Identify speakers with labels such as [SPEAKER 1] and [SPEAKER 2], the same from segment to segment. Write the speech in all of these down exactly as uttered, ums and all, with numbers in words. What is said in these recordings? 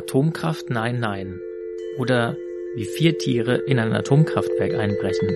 [SPEAKER 1] Atomkraft, nein, nein. Oder wie vier Tiere in ein Atomkraftwerk einbrechen.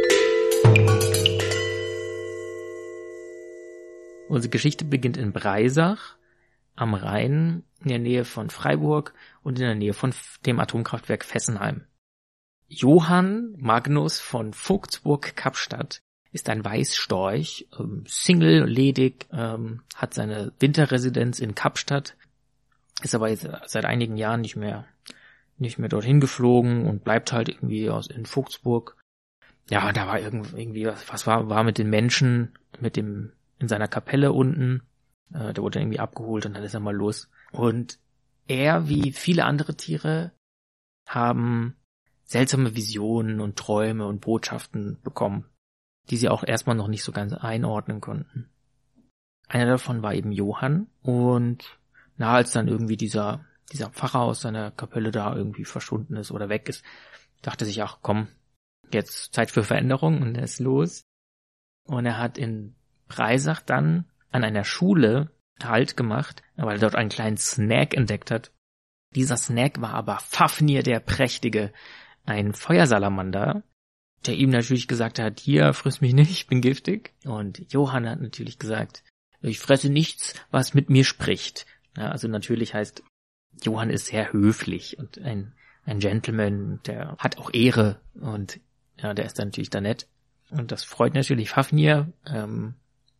[SPEAKER 1] Unsere Geschichte beginnt in Breisach am Rhein, in der Nähe von Freiburg und in der Nähe von dem Atomkraftwerk Fessenheim. Johann Magnus von Vogtsburg-Kappstadt ist ein Weißstorch, ähm, Single, ledig, ähm, hat seine Winterresidenz in Kappstadt, ist aber jetzt seit einigen Jahren nicht mehr nicht mehr dorthin geflogen und bleibt halt irgendwie aus in Vogtsburg. Ja, da war irgendwie was, was war war mit den Menschen, mit dem in seiner Kapelle unten. Äh, der wurde irgendwie abgeholt und dann ist er mal los. Und er, wie viele andere Tiere, haben seltsame Visionen und Träume und Botschaften bekommen, die sie auch erstmal noch nicht so ganz einordnen konnten. Einer davon war eben Johann und na, als dann irgendwie dieser dieser Pfarrer aus seiner Kapelle da irgendwie verschwunden ist oder weg ist, dachte sich, ach komm, jetzt Zeit für Veränderung und er ist los. Und er hat in Breisach dann an einer Schule Halt gemacht, weil er dort einen kleinen Snack entdeckt hat. Dieser Snack war aber Fafnir der Prächtige, ein Feuersalamander, der ihm natürlich gesagt hat, hier, friss mich nicht, ich bin giftig. Und Johann hat natürlich gesagt, ich fresse nichts, was mit mir spricht. Ja, also natürlich heißt, Johann ist sehr höflich und ein, ein Gentleman, der hat auch Ehre und ja, der ist dann natürlich da nett. Und das freut natürlich Fafnir, ähm,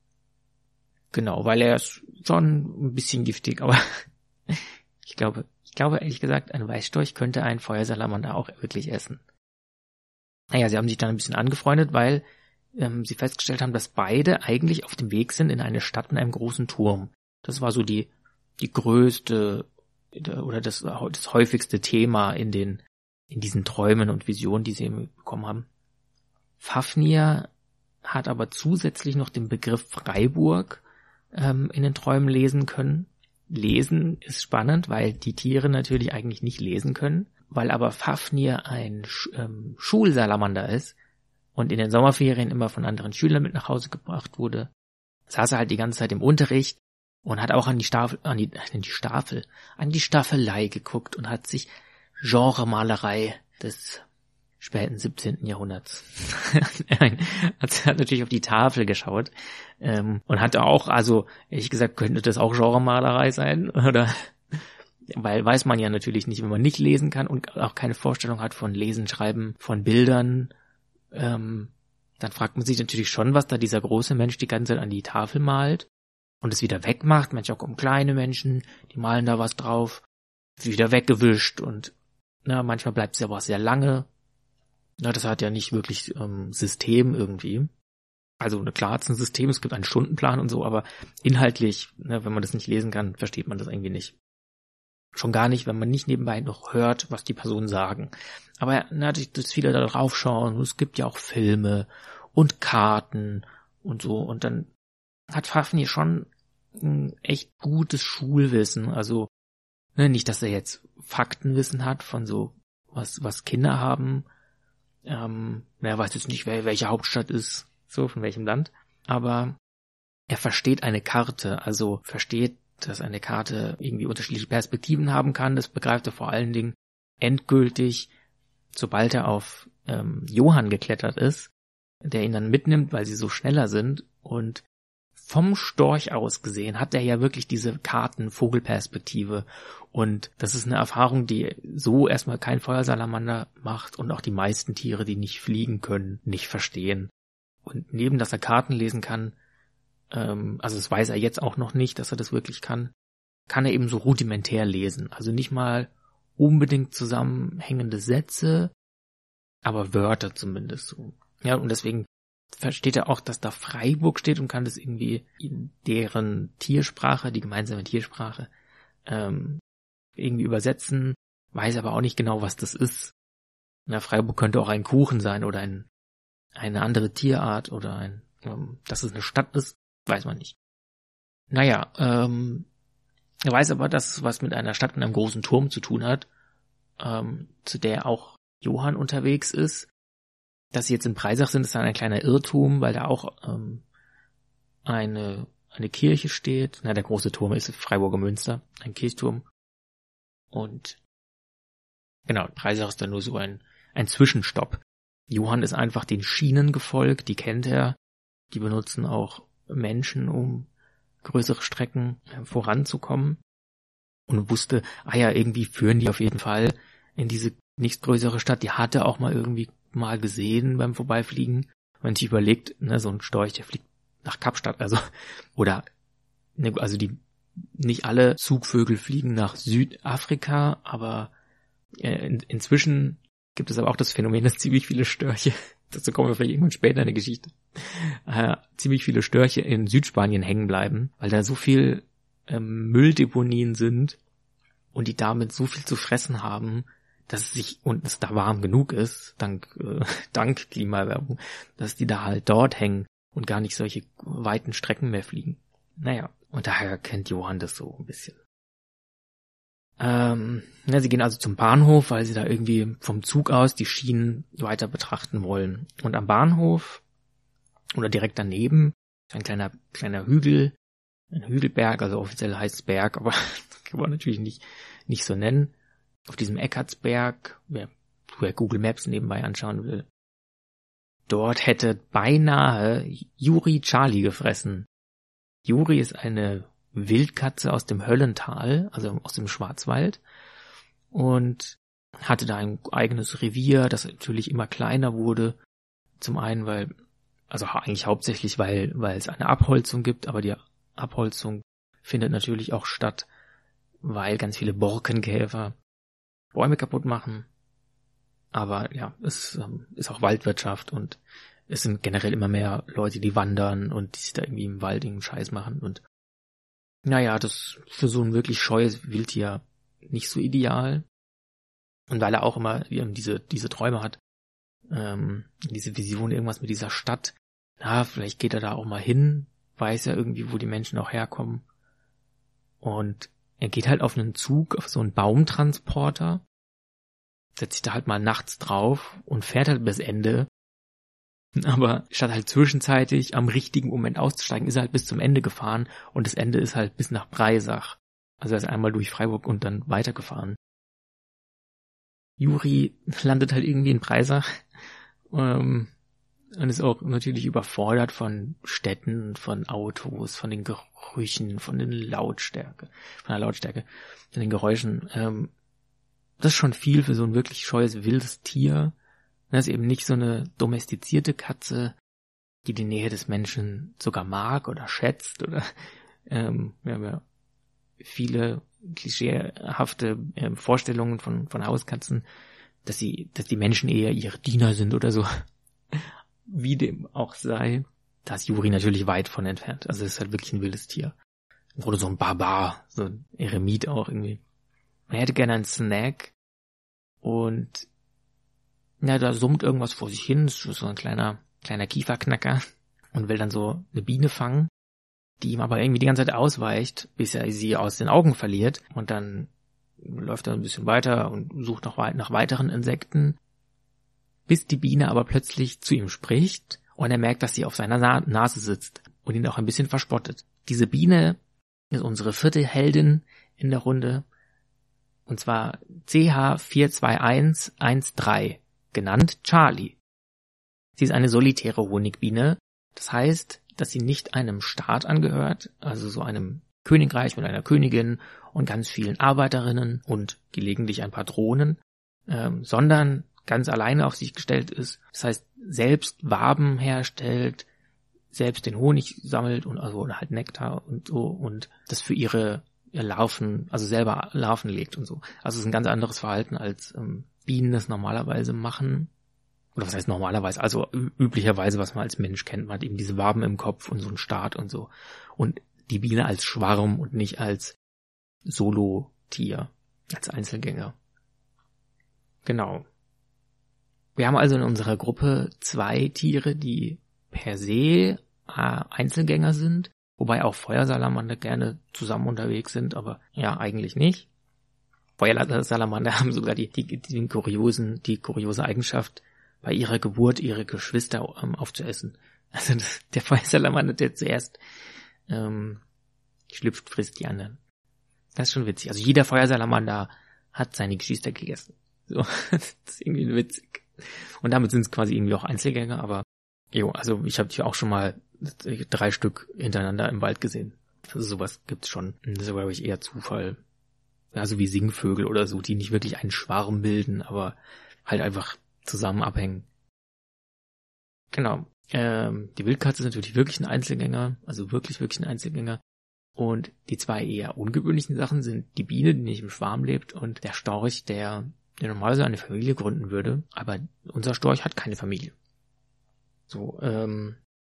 [SPEAKER 1] genau, weil er ist schon ein bisschen giftig, aber ich glaube, ich glaube ehrlich gesagt, ein Weißstorch könnte ein Feuersalamander auch wirklich essen. Naja, sie haben sich dann ein bisschen angefreundet, weil ähm, sie festgestellt haben, dass beide eigentlich auf dem Weg sind in eine Stadt mit einem großen Turm. Das war so die die größte oder das, das häufigste Thema in den in diesen Träumen und Visionen, die sie bekommen haben. Fafnir hat aber zusätzlich noch den Begriff Freiburg ähm, in den Träumen lesen können. Lesen ist spannend, weil die Tiere natürlich eigentlich nicht lesen können, weil aber Fafnir ein Sch- ähm, Schulsalamander ist und in den Sommerferien immer von anderen Schülern mit nach Hause gebracht wurde, saß er halt die ganze Zeit im Unterricht und hat auch an die Staffel, an die, an die Staffel, an die Staffelei geguckt und hat sich Genremalerei des späten siebzehnten Jahrhunderts. Er hat natürlich auf die Tafel geschaut ähm, und hat auch, also ehrlich gesagt, könnte das auch Genremalerei sein, oder? Weil weiß man ja natürlich nicht, wenn man nicht lesen kann und auch keine Vorstellung hat von Lesen, Schreiben, von Bildern, ähm, dann fragt man sich natürlich schon, was da dieser große Mensch die ganze Zeit an die Tafel malt und es wieder wegmacht. Manchmal kommen kleine Menschen, die malen da was drauf, wieder weggewischt und na, manchmal bleibt es ja auch sehr lange. Na, das hat ja nicht wirklich ähm, System irgendwie. Also klar hat es ein System, es gibt einen Stundenplan und so, aber inhaltlich, ne, wenn man das nicht lesen kann, versteht man das irgendwie nicht. Schon gar nicht, wenn man nicht nebenbei noch hört, was die Personen sagen. Aber na, dass viele da drauf schauen, und es gibt ja auch Filme und Karten und so. Und dann hat Fafnir schon ein echt gutes Schulwissen. Also ne, nicht, dass er jetzt Faktenwissen hat von so, was was Kinder haben. Ähm, er weiß jetzt nicht, wer, welche Hauptstadt ist, so, von welchem Land. Aber er versteht eine Karte, also versteht, dass eine Karte irgendwie unterschiedliche Perspektiven haben kann. Das begreift er vor allen Dingen endgültig, sobald er auf ähm, Johann geklettert ist, der ihn dann mitnimmt, weil sie so schneller sind. Und vom Storch aus gesehen hat er ja wirklich diese Karten-Vogelperspektive. Und das ist eine Erfahrung, die so erstmal kein Feuersalamander macht und auch die meisten Tiere, die nicht fliegen können, nicht verstehen. Und neben, dass er Karten lesen kann, ähm, also das weiß er jetzt auch noch nicht, dass er das wirklich kann, kann er eben so rudimentär lesen. Also nicht mal unbedingt zusammenhängende Sätze, aber Wörter zumindest so. Ja, und deswegen versteht er auch, dass da Freiburg steht und kann das irgendwie in deren Tiersprache, die gemeinsame Tiersprache, ähm, irgendwie übersetzen, weiß aber auch nicht genau, was das ist. Na, Freiburg könnte auch ein Kuchen sein oder ein, eine andere Tierart oder ein, ähm, dass es eine Stadt ist, weiß man nicht. Naja, ähm, er weiß aber, dass es was mit einer Stadt mit einem großen Turm zu tun hat, ähm, zu der auch Johann unterwegs ist. Dass sie jetzt in Breisach sind, ist dann ein kleiner Irrtum, weil da auch ähm, eine eine Kirche steht. Na, der große Turm ist Freiburger Münster, ein Kirchturm. Und genau, Breisach ist dann nur so ein, ein Zwischenstopp. Johann ist einfach den Schienen gefolgt, die kennt er. Die benutzen auch Menschen, um größere Strecken voranzukommen. Und wusste, ah ja, irgendwie führen die auf jeden Fall in diese nächstgrößere Stadt. Die hat er auch mal irgendwie mal gesehen beim Vorbeifliegen. Wenn sich überlegt, ne, so ein Storch, der fliegt nach Kapstadt, also, oder, ne, also die, nicht alle Zugvögel fliegen nach Südafrika, aber äh, in, inzwischen gibt es aber auch das Phänomen, dass ziemlich viele Störche, dazu kommen wir vielleicht irgendwann später in der Geschichte, äh, ziemlich viele Störche in Südspanien hängen bleiben, weil da so viel ähm, Mülldeponien sind und die damit so viel zu fressen haben, dass es sich, und es da warm genug ist, dank, äh, dank Klimaerwärmung, dass die da halt dort hängen und gar nicht solche weiten Strecken mehr fliegen. Naja, und daher kennt Johann das so ein bisschen. Ähm, ja, sie gehen also zum Bahnhof, weil sie da irgendwie vom Zug aus die Schienen weiter betrachten wollen. Und am Bahnhof, oder direkt daneben, ist ein kleiner, kleiner Hügel, ein Hügelberg, also offiziell heißt es Berg, aber das kann man natürlich nicht, nicht so nennen. Auf diesem Eckartsberg, wer, wer Google Maps nebenbei anschauen will, dort hätte beinahe Juri Charlie gefressen. Juri ist eine Wildkatze aus dem Höllental, also aus dem Schwarzwald, und hatte da ein eigenes Revier, das natürlich immer kleiner wurde. Zum einen, weil, also eigentlich hauptsächlich, weil, weil es eine Abholzung gibt, aber die Abholzung findet natürlich auch statt, weil ganz viele Borkenkäfer Bäume kaputt machen. Aber ja, es ähm, ist auch Waldwirtschaft und es sind generell immer mehr Leute, die wandern und die sich da irgendwie im Wald irgendeinen Scheiß machen. Und naja, das ist für so ein wirklich scheues Wildtier nicht so ideal. Und weil er auch immer ähm, diese diese Träume hat, ähm, diese Vision, irgendwas mit dieser Stadt, na, vielleicht geht er da auch mal hin, weiß ja irgendwie, wo die Menschen auch herkommen. Und er geht halt auf einen Zug, auf so einen Baumtransporter, setzt sich da halt mal nachts drauf und fährt halt bis Ende. Aber statt halt zwischenzeitig am richtigen Moment auszusteigen, ist er halt bis zum Ende gefahren und das Ende ist halt bis nach Breisach. Also er ist einmal durch Freiburg und dann weitergefahren. Juri landet halt irgendwie in Breisach ähm, und ist auch natürlich überfordert von Städten, von Autos, von den Gerüchen, von den Lautstärke, von der Lautstärke, von den Geräuschen. Ähm, das ist schon viel für so ein wirklich scheues, wildes Tier. Das ist eben nicht so eine domestizierte Katze, die die Nähe des Menschen sogar mag oder schätzt oder ähm, wir haben ja viele klischeehafte äh, Vorstellungen von von Hauskatzen, dass sie, dass die Menschen eher ihre Diener sind oder so. Wie dem auch sei, da ist Juri natürlich weit von entfernt. Also es ist halt wirklich ein wildes Tier. Oder so ein Barbar, so ein Eremit auch irgendwie. Man hätte gerne einen Snack und ja, da summt irgendwas vor sich hin, das ist so ein kleiner, kleiner Kieferknacker und will dann so eine Biene fangen, die ihm aber irgendwie die ganze Zeit ausweicht, bis er sie aus den Augen verliert und dann läuft er ein bisschen weiter und sucht noch weit nach weiteren Insekten, bis die Biene aber plötzlich zu ihm spricht und er merkt, dass sie auf seiner Na- Nase sitzt und ihn auch ein bisschen verspottet. Diese Biene ist unsere vierte Heldin in der Runde und zwar C H vier zwei eins eins drei. Genannt Charlie. Sie ist eine solitäre Honigbiene, das heißt, dass sie nicht einem Staat angehört, also so einem Königreich mit einer Königin und ganz vielen Arbeiterinnen und gelegentlich ein paar Drohnen, ähm, sondern ganz alleine auf sich gestellt ist, das heißt, selbst Waben herstellt, selbst den Honig sammelt und also oder halt Nektar und so und das für ihre Larven, also selber Larven legt und so. Also es ist ein ganz anderes Verhalten als ähm, Bienen das normalerweise machen. Oder was heißt normalerweise? Also ü- üblicherweise, was man als Mensch kennt. Man hat eben diese Waben im Kopf und so einen Staat und so. Und die Biene als Schwarm und nicht als Solo-Tier, als Einzelgänger. Genau. Wir haben also in unserer Gruppe zwei Tiere, die per se äh, Einzelgänger sind, wobei auch Feuersalamander gerne zusammen unterwegs sind, aber ja, eigentlich nicht. Feuersalamander haben sogar die, die, die kuriosen, die kuriose Eigenschaft, bei ihrer Geburt ihre Geschwister ähm, aufzuessen. Also das, der Feuersalamander, der zuerst ähm, schlüpft, frisst die anderen. Das ist schon witzig. Also jeder Feuersalamander hat seine Geschwister gegessen. So, das ist irgendwie witzig. Und damit sind es quasi irgendwie auch Einzelgänger, aber jo, also ich habe die auch schon mal drei Stück hintereinander im Wald gesehen. Also sowas gibt's schon. Das ist, glaube ich, eher Zufall. Ja, so wie Singvögel oder so, die nicht wirklich einen Schwarm bilden, aber halt einfach zusammen abhängen. Genau. Ähm, die Wildkatze ist natürlich wirklich ein Einzelgänger, also wirklich, wirklich ein Einzelgänger. Und die zwei eher ungewöhnlichen Sachen sind die Biene, die nicht im Schwarm lebt, und der Storch, der, der normalerweise eine Familie gründen würde, aber unser Storch hat keine Familie. So, ähm,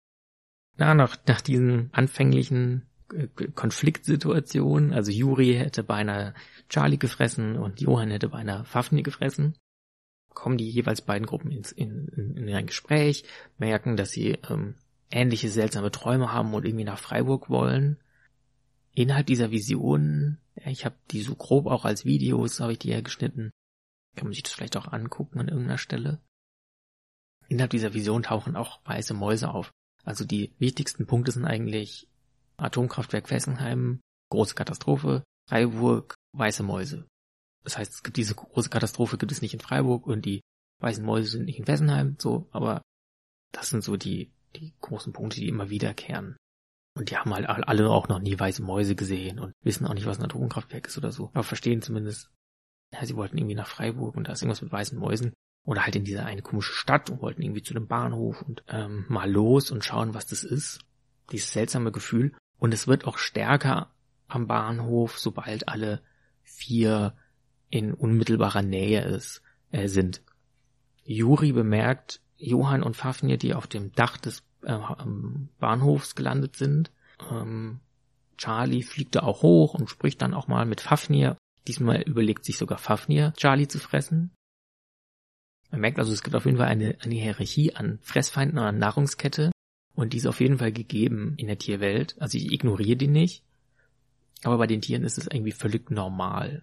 [SPEAKER 1] na, nach, nach diesen anfänglichen äh, Konfliktsituationen, also Juri hätte beinahe Charlie gefressen und Johann hätte beinahe Fafnir gefressen, kommen die jeweils beiden Gruppen ins, in, in, in ein Gespräch, merken, dass sie ähm, ähnliche seltsame Träume haben und irgendwie nach Freiburg wollen. Innerhalb dieser Visionen, ja, ich habe die so grob auch als Videos, habe ich die ja geschnitten, kann man sich das vielleicht auch angucken an irgendeiner Stelle. Innerhalb dieser Vision tauchen auch weiße Mäuse auf. Also die wichtigsten Punkte sind eigentlich Atomkraftwerk Fessenheim, große Katastrophe, Freiburg, weiße Mäuse. Das heißt, es gibt diese große Katastrophe, gibt es nicht in Freiburg und die weißen Mäuse sind nicht in Fessenheim, so, aber das sind so die, die großen Punkte, die immer wiederkehren. Und die haben halt alle auch noch nie weiße Mäuse gesehen und wissen auch nicht, was ein Atomkraftwerk ist oder so. Aber verstehen zumindest, ja, sie wollten irgendwie nach Freiburg und da ist irgendwas mit weißen Mäusen. Oder halt in diese eine komische Stadt und wollten irgendwie zu dem Bahnhof und ähm, mal los und schauen, was das ist. Dieses seltsame Gefühl. Und es wird auch stärker am Bahnhof, sobald alle vier in unmittelbarer Nähe ist, äh, sind. Juri bemerkt Johann und Fafnir, die auf dem Dach des äh, Bahnhofs gelandet sind. Ähm, Charlie fliegt da auch hoch und spricht dann auch mal mit Fafnir. Diesmal überlegt sich sogar Fafnir, Charlie zu fressen. Man merkt also, es gibt auf jeden Fall eine, eine Hierarchie an Fressfeinden oder Nahrungskette und die ist auf jeden Fall gegeben in der Tierwelt. Also ich ignoriere die nicht, aber bei den Tieren ist es irgendwie völlig normal.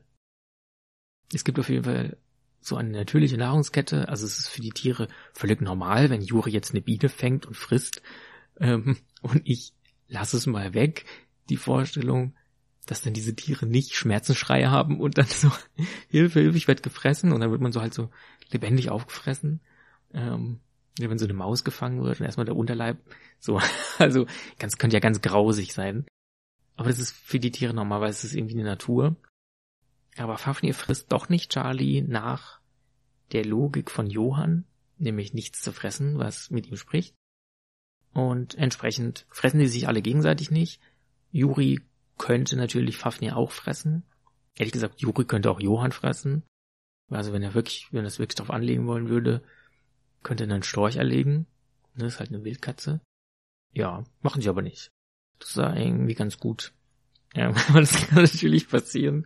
[SPEAKER 1] Es gibt auf jeden Fall so eine natürliche Nahrungskette, also es ist für die Tiere völlig normal, wenn Juri jetzt eine Biene fängt und frisst ähm, und ich lasse es mal weg, die Vorstellung, dass dann diese Tiere nicht Schmerzensschreie haben und dann so, Hilfe, Hilfe, ich werde gefressen und dann wird man so halt so lebendig aufgefressen, ähm, wenn so eine Maus gefangen wird und erstmal der Unterleib, so, also ganz, könnte ja ganz grausig sein. Aber das ist für die Tiere normal, weil es ist irgendwie eine Natur. Aber Fafnir frisst doch nicht Charlie nach der Logik von Johann, nämlich nichts zu fressen, was mit ihm spricht. Und entsprechend fressen sie sich alle gegenseitig nicht. Juri könnte natürlich Fafnir auch fressen. Ehrlich gesagt, Juri könnte auch Johann fressen. Also wenn er wirklich, wenn er es wirklich drauf anlegen wollen würde, könnte er einen Storch erlegen. Das ist halt eine Wildkatze. Ja, machen sie aber nicht. Das ist irgendwie ganz gut. Ja, das kann natürlich passieren.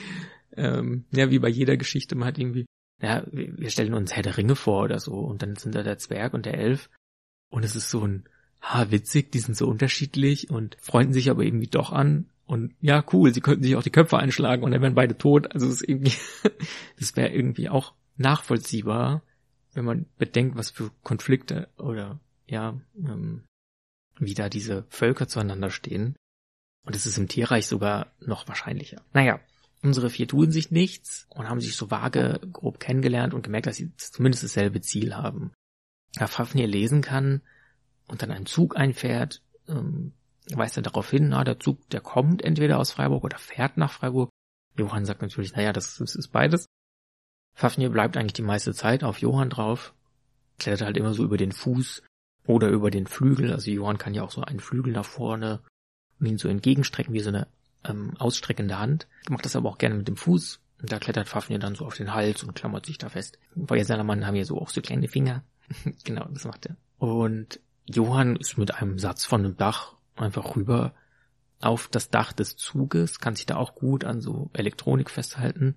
[SPEAKER 1] Ähm, ja, wie bei jeder Geschichte, man hat irgendwie, ja, wir stellen uns Herr der Ringe vor oder so und dann sind da der Zwerg und der Elf und es ist so ein, ha, witzig, die sind so unterschiedlich und freunden sich aber irgendwie doch an. Und ja, cool, sie könnten sich auch die Köpfe einschlagen und dann wären beide tot. Also es ist irgendwie, das wäre irgendwie auch nachvollziehbar, wenn man bedenkt, was für Konflikte oder ja, ähm, wie da diese Völker zueinander stehen. Und es ist im Tierreich sogar noch wahrscheinlicher. Naja, unsere vier tun sich nichts und haben sich so vage grob kennengelernt und gemerkt, dass sie zumindest dasselbe Ziel haben. Da Fafnir lesen kann und dann ein Zug einfährt, ähm, weist er darauf hin, na, der Zug, der kommt entweder aus Freiburg oder fährt nach Freiburg. Johann sagt natürlich, naja, das, das ist beides. Fafnir bleibt eigentlich die meiste Zeit auf Johann drauf, klettert halt immer so über den Fuß oder über den Flügel. Also Johann kann ja auch so einen Flügel nach vorne und ihn so entgegenstrecken, wie so eine ähm, ausstreckende Hand. Macht das aber auch gerne mit dem Fuß. Und da klettert Fafnir dann so auf den Hals und klammert sich da fest. Feuersalamander haben ja so auch so kleine Finger. Genau, das macht er. Und Johann ist mit einem Satz von dem Dach einfach rüber auf das Dach des Zuges, kann sich da auch gut an so Elektronik festhalten.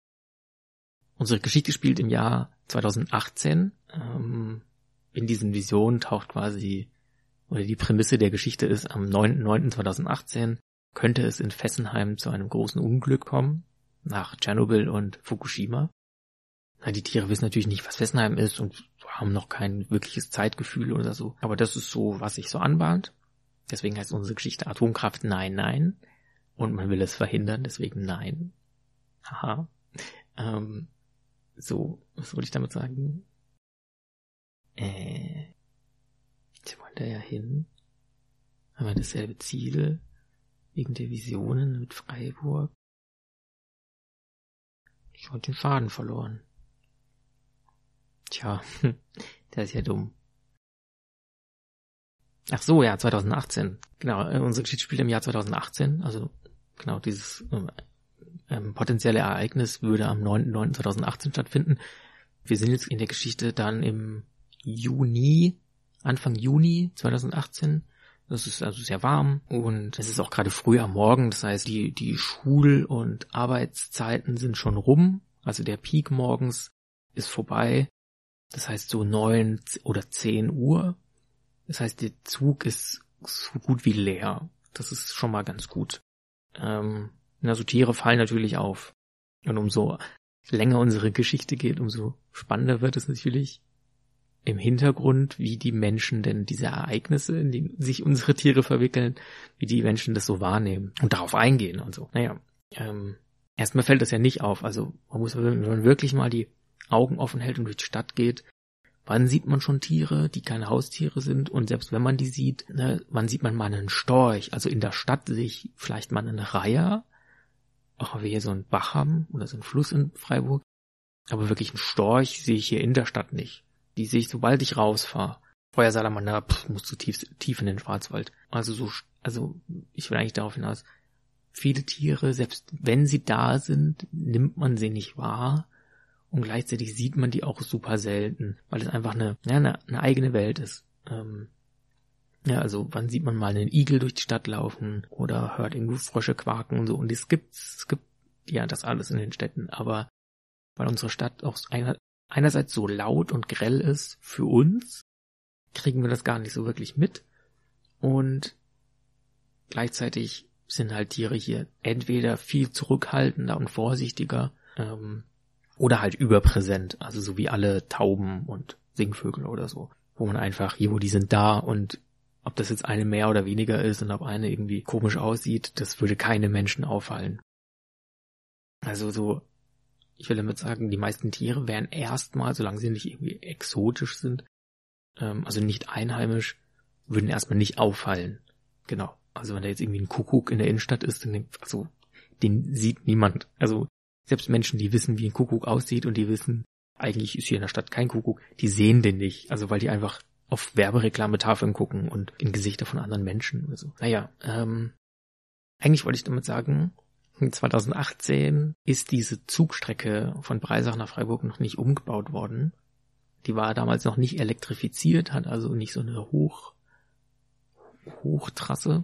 [SPEAKER 1] Unsere Geschichte spielt im Jahr zweitausendachtzehn. Ähm, in diesen Visionen taucht quasi, oder die Prämisse der Geschichte ist, am neunten neunten zweitausendachtzehn könnte es in Fessenheim zu einem großen Unglück kommen, nach Tschernobyl und Fukushima. Na, die Tiere wissen natürlich nicht, was Fessenheim ist und haben noch kein wirkliches Zeitgefühl oder so. Aber das ist so, was sich so anbahnt. Deswegen heißt unsere Geschichte Atomkraft Nein, Nein. Und man will es verhindern, deswegen Nein. Haha. ähm, so, was wollte ich damit sagen? Äh, jetzt wollte er ja hin. Haben wir dasselbe Ziel? Wegen der Visionen mit Freiburg? Ich habe den Faden verloren. Tja, der ist ja dumm. Ach so, ja, zwanzig achtzehn. Genau, unsere Geschichte spielt im Jahr zwanzig achtzehn. Also genau, dieses ähm, potenzielle Ereignis würde am neunten neunten zweitausendachtzehn stattfinden. Wir sind jetzt in der Geschichte dann im Juni, Anfang Juni zweitausendachtzehn. Das ist also sehr warm und es ist auch gerade früh am Morgen. Das heißt, die, die Schul- und Arbeitszeiten sind schon rum. Also der Peak morgens ist vorbei. Das heißt so neun oder zehn Uhr. Das heißt, der Zug ist so gut wie leer. Das ist schon mal ganz gut. Ähm, also Tiere fallen natürlich auf. Und umso länger unsere Geschichte geht, umso spannender wird es natürlich im Hintergrund, wie die Menschen denn diese Ereignisse, in die sich unsere Tiere verwickeln, wie die Menschen das so wahrnehmen und darauf eingehen und so. Naja, ähm, erstmal fällt das ja nicht auf. Also man muss, wenn man wirklich mal die Augen offen hält und durch die Stadt geht, wann sieht man schon Tiere, die keine Haustiere sind? Und selbst wenn man die sieht, ne, wann sieht man mal einen Storch? Also in der Stadt sehe ich vielleicht mal einen Reiher, auch wenn wir hier so einen Bach haben oder so einen Fluss in Freiburg. Aber wirklich einen Storch sehe ich hier in der Stadt nicht. Die sehe ich, sobald ich rausfahre. Feuersalamander, pff, muss zu tief, tief in den Schwarzwald. Also so, also ich will eigentlich darauf hinaus, viele Tiere, selbst wenn sie da sind, nimmt man sie nicht wahr. Und gleichzeitig sieht man die auch super selten, weil es einfach eine, ja, eine, eine eigene Welt ist. Ähm, ja, also wann sieht man mal einen Igel durch die Stadt laufen oder hört irgendwo Frösche quaken und so. Und es gibt, es gibt ja das alles in den Städten, aber weil unsere Stadt auch einer, einerseits so laut und grell ist für uns, kriegen wir das gar nicht so wirklich mit. Und gleichzeitig sind halt Tiere hier entweder viel zurückhaltender und vorsichtiger, ähm, oder halt überpräsent, also so wie alle Tauben und Singvögel oder so, wo man einfach, jo, die sind da und ob das jetzt eine mehr oder weniger ist und ob eine irgendwie komisch aussieht, das würde keine Menschen auffallen. Also so, ich will damit sagen, die meisten Tiere wären erstmal, solange sie nicht irgendwie exotisch sind, ähm, also nicht einheimisch, würden erstmal nicht auffallen. Genau. Also wenn da jetzt irgendwie ein Kuckuck in der Innenstadt ist, dann denkt, also den sieht niemand. Also selbst Menschen, die wissen, wie ein Kuckuck aussieht und die wissen, eigentlich ist hier in der Stadt kein Kuckuck, die sehen den nicht. Also weil die einfach auf Werbereklametafeln gucken und in Gesichter von anderen Menschen oder so. Naja, ähm, eigentlich wollte ich damit sagen, zwanzig achtzehn ist diese Zugstrecke von Breisach nach Freiburg noch nicht umgebaut worden. Die war damals noch nicht elektrifiziert, hat also nicht so eine Hoch, Hochtrasse.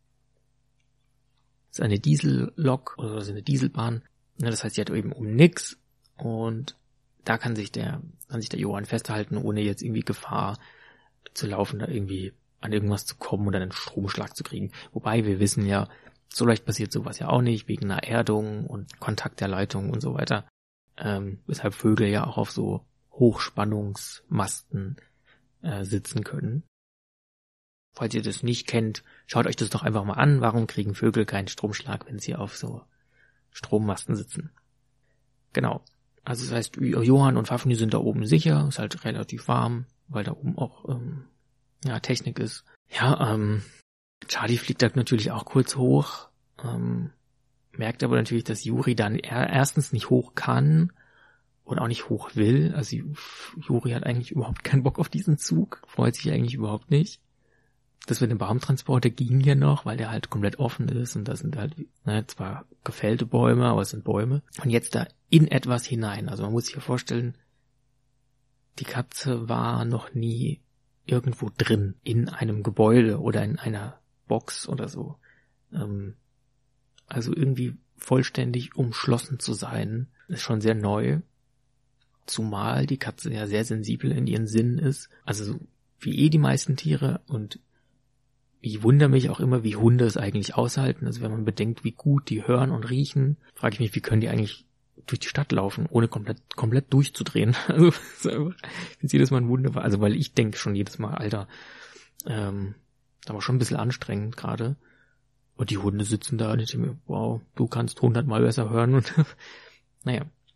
[SPEAKER 1] Das ist eine Diesellok oder so eine Dieselbahn. Ja, das heißt, sie hat eben um nix und da kann sich der, kann sich der Johann festhalten, ohne jetzt irgendwie Gefahr zu laufen, da irgendwie an irgendwas zu kommen oder einen Stromschlag zu kriegen. Wobei wir wissen ja, so leicht passiert sowas ja auch nicht, wegen einer Erdung und Kontakt der Leitung und so weiter. Ähm, weshalb Vögel ja auch auf so Hochspannungsmasten äh, sitzen können. Falls ihr das nicht kennt, schaut euch das doch einfach mal an. Warum kriegen Vögel keinen Stromschlag, wenn sie auf so Strommasten sitzen? Genau. Also das heißt, Johann und Fafnir sind da oben sicher, ist halt relativ warm, weil da oben auch ähm, ja Technik ist. Ja, ähm, Charlie fliegt da natürlich auch kurz hoch, ähm, merkt aber natürlich, dass Juri dann er, erstens nicht hoch kann und auch nicht hoch will. Also Juri hat eigentlich überhaupt keinen Bock auf diesen Zug, freut sich eigentlich überhaupt nicht. Das mit dem Baumtransporter ging ja noch, weil der halt komplett offen ist und da sind halt ne, zwar gefällte Bäume, aber es sind Bäume. Und jetzt da in etwas hinein. Also man muss sich ja vorstellen, die Katze war noch nie irgendwo drin, in einem Gebäude oder in einer Box oder so. Ähm, also irgendwie vollständig umschlossen zu sein, ist schon sehr neu. Zumal die Katze ja sehr sensibel in ihren Sinnen ist. Also wie eh die meisten Tiere und ich wundere mich auch immer, wie Hunde es eigentlich aushalten. Also wenn man bedenkt, wie gut die hören und riechen, frage ich mich, wie können die eigentlich durch die Stadt laufen, ohne komplett komplett durchzudrehen. Also ich finde es jedes Mal ein Wunder. Also weil ich denke schon jedes Mal, Alter, ähm, aber schon ein bisschen anstrengend gerade. Und die Hunde sitzen da und ich denke mir, wow, du kannst hundertmal besser hören. Und naja,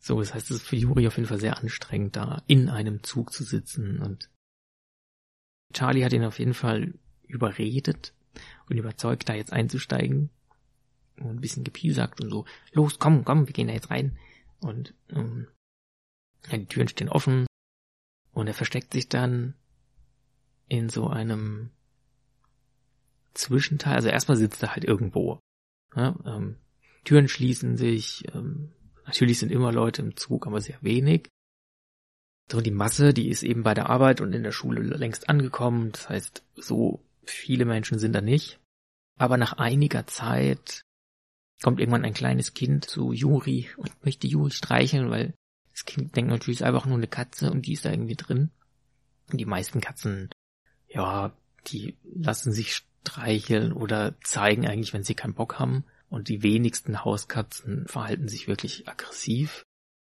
[SPEAKER 1] So, das heißt, es ist für Juri auf jeden Fall sehr anstrengend, da in einem Zug zu sitzen. Und Charlie hat ihn auf jeden Fall überredet und überzeugt, da jetzt einzusteigen. Und ein bisschen gepiesackt und so, los, komm, komm, wir gehen da jetzt rein. Und ähm, ja, die Türen stehen offen. Und er versteckt sich dann in so einem Zwischenteil. Also erstmal sitzt er halt irgendwo. Ja, ähm, Türen schließen sich, ähm, natürlich sind immer Leute im Zug, aber sehr wenig. So, die Masse, die ist eben bei der Arbeit und in der Schule längst angekommen. Das heißt, so viele Menschen sind da nicht. Aber nach einiger Zeit kommt irgendwann ein kleines Kind zu Juri und möchte Juri streicheln, weil das Kind denkt natürlich, es ist einfach nur eine Katze und die ist da irgendwie drin. Und die meisten Katzen, ja, die lassen sich streicheln oder zeigen eigentlich, wenn sie keinen Bock haben. Und die wenigsten Hauskatzen verhalten sich wirklich aggressiv.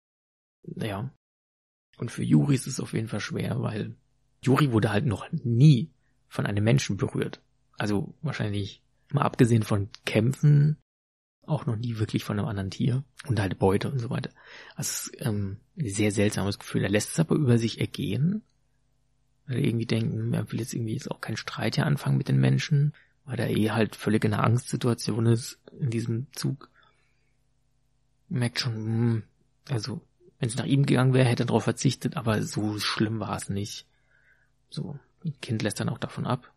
[SPEAKER 1] Ja. Und für Juri ist es auf jeden Fall schwer, weil Juri wurde halt noch nie von einem Menschen berührt. Also wahrscheinlich, mal abgesehen von Kämpfen, auch noch nie wirklich von einem anderen Tier. Und halt Beute und so weiter. Also es ist ähm, ein sehr seltsames Gefühl. Er lässt es aber über sich ergehen. Weil er irgendwie denkt, er will jetzt irgendwie jetzt auch keinen Streit hier anfangen mit den Menschen. Weil er eh halt völlig in einer Angstsituation ist in diesem Zug. Merkt schon, hm, also wenn es nach ihm gegangen wäre, hätte er darauf verzichtet, aber so schlimm war es nicht. So, das Kind lässt dann auch davon ab.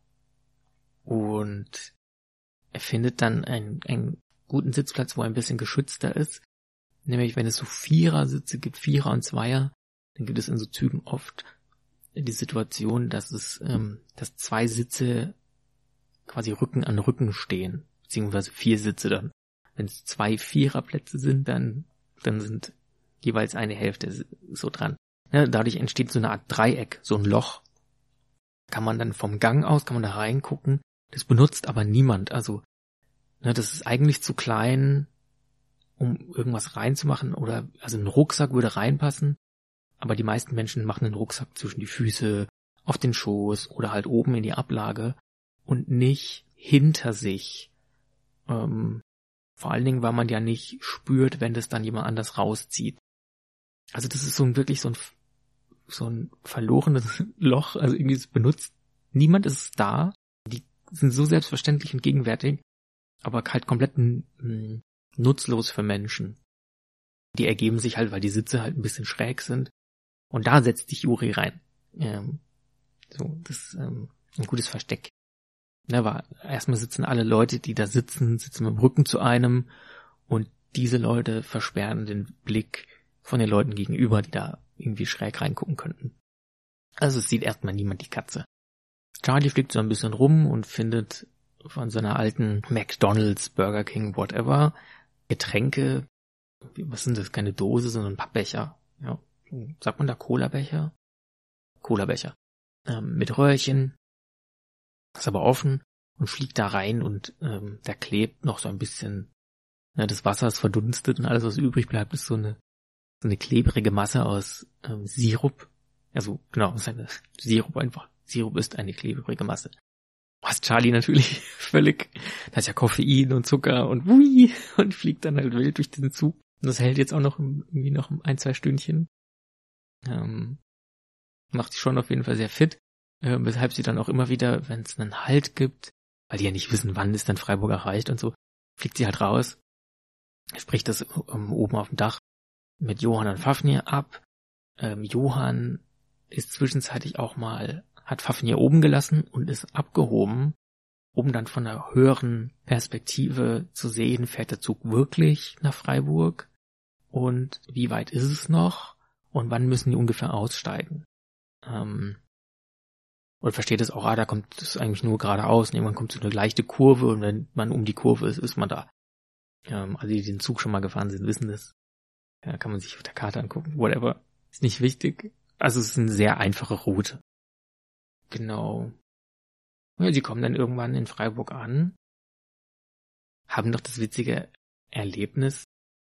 [SPEAKER 1] Und er findet dann einen, einen guten Sitzplatz, wo er ein bisschen geschützter ist. Nämlich, wenn es so Vierer-Sitze gibt, Vierer und Zweier, dann gibt es in so Zügen oft die Situation, dass es, ähm, dass zwei Sitze quasi Rücken an Rücken stehen, beziehungsweise vier Sitze dann. Wenn es zwei Viererplätze sind, dann, dann sind jeweils eine Hälfte so dran. Ja, dadurch entsteht so eine Art Dreieck, so ein Loch. Kann man dann vom Gang aus, kann man da reingucken. Das benutzt aber niemand. Also, ne, das ist eigentlich zu klein, um irgendwas reinzumachen. Oder, also ein Rucksack würde reinpassen. Aber die meisten Menschen machen einen Rucksack zwischen die Füße, auf den Schoß oder halt oben in die Ablage. Und nicht hinter sich. Ähm, vor allen Dingen, weil man ja nicht spürt, wenn das dann jemand anders rauszieht. Also das ist so ein wirklich so ein so ein verlorenes Loch. Also irgendwie ist es benutzt. Niemand ist da. Die sind so selbstverständlich und gegenwärtig, aber halt komplett m, nutzlos für Menschen. Die ergeben sich halt, weil die Sitze halt ein bisschen schräg sind. Und da setzt sich Juri rein. Ähm, so, das ist ähm, ein gutes Versteck. Ja, aber erstmal sitzen alle Leute, die da sitzen, sitzen mit dem Rücken zu einem und diese Leute versperren den Blick von den Leuten gegenüber, die da irgendwie schräg reingucken könnten. Also es sieht erstmal niemand die Katze. Charlie fliegt so ein bisschen rum und findet von seiner alten McDonald's, Burger King, whatever, Getränke, was sind das, keine Dose, sondern ein paar Becher. Ja, sagt man da Cola-Becher? Cola-Becher. Ähm, mit Röhrchen. Ist aber offen und fliegt da rein und ähm, da klebt noch so ein bisschen, ja, das Wasser ist verdunstet und alles, was übrig bleibt, ist so eine so eine klebrige Masse aus ähm, Sirup. Also genau, ist eine Sirup einfach. Sirup ist eine klebrige Masse. Was Charlie natürlich völlig, da ist ja Koffein und Zucker und wui, und fliegt dann halt wild durch diesen Zug. Und das hält jetzt auch noch irgendwie noch ein, zwei Stündchen. Ähm, macht sich schon auf jeden Fall sehr fit. Äh, weshalb sie dann auch immer wieder, wenn es einen Halt gibt, weil die ja nicht wissen, wann ist dann Freiburg erreicht und so, fliegt sie halt raus, spricht das ähm, oben auf dem Dach mit Johann und Fafnir ab. Ähm, Johann ist zwischenzeitlich auch mal, hat Fafnir oben gelassen und ist abgehoben, um dann von einer höheren Perspektive zu sehen, fährt der Zug wirklich nach Freiburg und wie weit ist es noch und wann müssen die ungefähr aussteigen. Ähm, Und versteht es auch, ah, da kommt es eigentlich nur geradeaus und irgendwann kommt so eine leichte Kurve und wenn man um die Kurve ist, ist man da. Ähm, also die den Zug schon mal gefahren sind, wissen das. Ja, kann man sich auf der Karte angucken, whatever. Ist nicht wichtig. Also es ist eine sehr einfache Route. Genau. Ja, sie kommen dann irgendwann in Freiburg an, haben doch das witzige Erlebnis,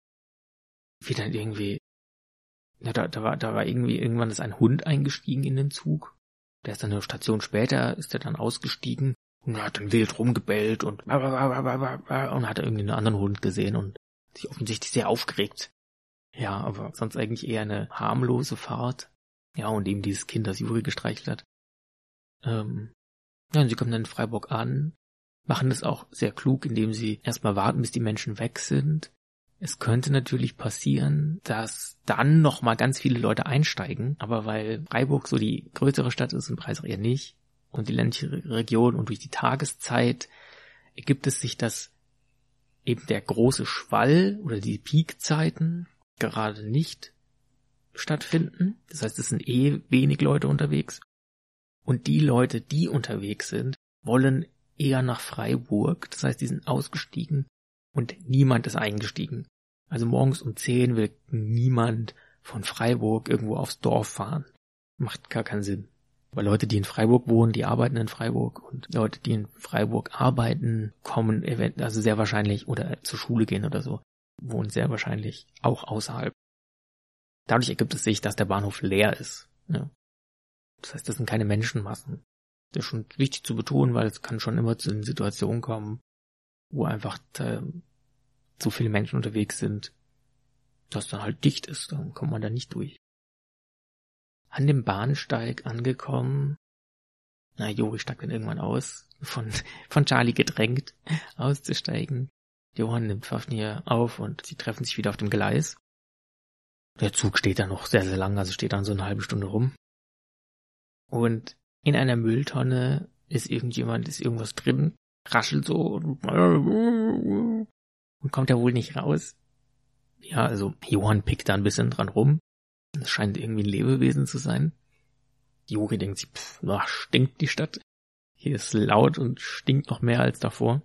[SPEAKER 1] wie dann irgendwie, ja, da, da war, da war irgendwie, irgendwann ist ein Hund eingestiegen in den Zug. Der ist dann eine Station später, ist er dann ausgestiegen und hat dann wild rumgebellt und und hat irgendwie einen anderen Hund gesehen und sich offensichtlich sehr aufgeregt. Ja, aber sonst eigentlich eher eine harmlose Fahrt. Ja, und eben dieses Kind, das Juri gestreichelt hat. Ähm, ja, und sie kommen dann in Freiburg an, machen das auch sehr klug, indem sie erstmal warten, bis die Menschen weg sind. Es könnte natürlich passieren, dass dann nochmal ganz viele Leute einsteigen, aber weil Freiburg so die größere Stadt ist und Breisach eher nicht und die ländliche Region und durch die Tageszeit ergibt es sich, dass eben der große Schwall oder die Peakzeiten gerade nicht stattfinden. Das heißt, es sind eh wenig Leute unterwegs. Und die Leute, die unterwegs sind, wollen eher nach Freiburg. Das heißt, die sind ausgestiegen und niemand ist eingestiegen. Also morgens um zehn will niemand von Freiburg irgendwo aufs Dorf fahren. Macht gar keinen Sinn. Weil Leute, die in Freiburg wohnen, die arbeiten in Freiburg und Leute, die in Freiburg arbeiten, kommen eventuell, also sehr wahrscheinlich, oder zur Schule gehen oder so, wohnen sehr wahrscheinlich auch außerhalb. Dadurch ergibt es sich, dass der Bahnhof leer ist. Ja. Das heißt, das sind keine Menschenmassen. Das ist schon wichtig zu betonen, weil es kann schon immer zu den Situationen kommen, wo einfach äh, so viele Menschen unterwegs sind, dass dann halt dicht ist, dann kommt man da nicht durch. An dem Bahnsteig angekommen, na, Juri steigt dann irgendwann aus, von, von Charlie gedrängt, auszusteigen. Johann nimmt Fafnir auf und sie treffen sich wieder auf dem Gleis. Der Zug steht da noch sehr, sehr lang, also steht dann so eine halbe Stunde rum. Und in einer Mülltonne ist irgendjemand, ist irgendwas drin, raschelt so und kommt ja wohl nicht raus. Ja, also Johann pickt da ein bisschen dran rum. Das scheint irgendwie ein Lebewesen zu sein. Juri denkt sich, pff, na, stinkt die Stadt. Hier ist laut und stinkt noch mehr als davor.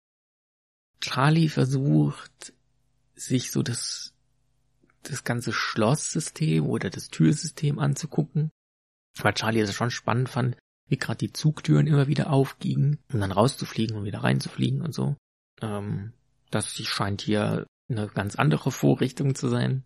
[SPEAKER 1] Charlie versucht, sich so das, das ganze Schlosssystem oder das Türsystem anzugucken. Weil Charlie es schon spannend fand, wie gerade die Zugtüren immer wieder aufgingen, um dann rauszufliegen und wieder reinzufliegen und so. Ähm, das scheint hier eine ganz andere Vorrichtung zu sein.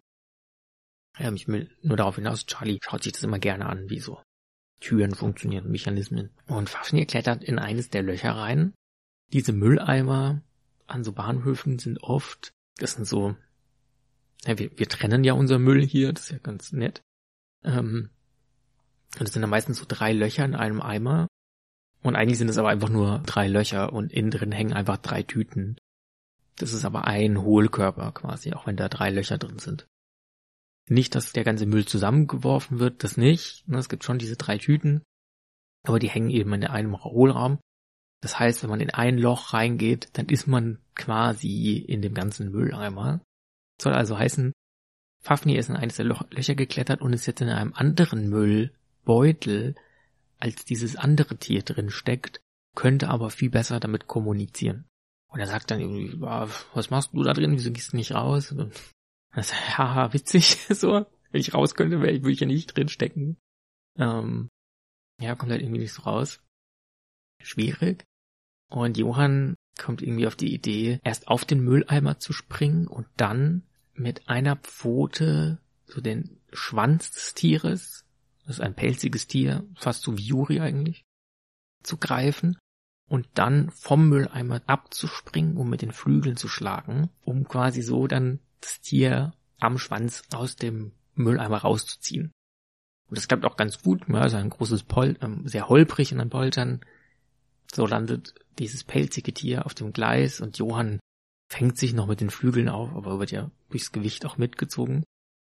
[SPEAKER 1] Ja, ich will nur darauf hinaus, Charlie schaut sich das immer gerne an, wie so Türen funktionieren, Mechanismen. Und Fafnir klettert in eines der Löcher rein. Diese Mülleimer an so Bahnhöfen sind oft, das sind so, ja, wir, wir trennen ja unser Müll hier, das ist ja ganz nett. Ähm, und es sind dann meistens so drei Löcher in einem Eimer. Und eigentlich sind es aber einfach nur drei Löcher und innen drin hängen einfach drei Tüten. Das ist aber ein Hohlkörper quasi, auch wenn da drei Löcher drin sind. Nicht, dass der ganze Müll zusammengeworfen wird, das nicht. Es gibt schon diese drei Tüten, aber die hängen eben in einem Hohlraum. Das heißt, wenn man in ein Loch reingeht, dann ist man quasi in dem ganzen Mülleimer. Das soll also heißen, Fafnir ist in eines der Löcher geklettert und ist jetzt in einem anderen Müllbeutel, als dieses andere Tier drin steckt, könnte aber viel besser damit kommunizieren. Und er sagt dann irgendwie, was machst du da drin, wieso gehst du nicht raus? Und das ist haha, witzig, so. Wenn ich raus könnte, wäre ich, würde ich ja nicht drin stecken. Ähm, ja, kommt halt irgendwie nicht so raus. Schwierig. Und Johann kommt irgendwie auf die Idee, erst auf den Mülleimer zu springen und dann mit einer Pfote so den Schwanz des Tieres, das ist ein pelziges Tier, fast so wie Juri eigentlich, zu greifen und dann vom Mülleimer abzuspringen, um mit den Flügeln zu schlagen, um quasi so dann das Tier am Schwanz aus dem Mülleimer rauszuziehen. Und das klappt auch ganz gut, ja, also ein großes Pol, ähm, sehr holprig in den Poltern. So landet dieses pelzige Tier auf dem Gleis und Johann fängt sich noch mit den Flügeln auf, aber wird ja durchs Gewicht auch mitgezogen.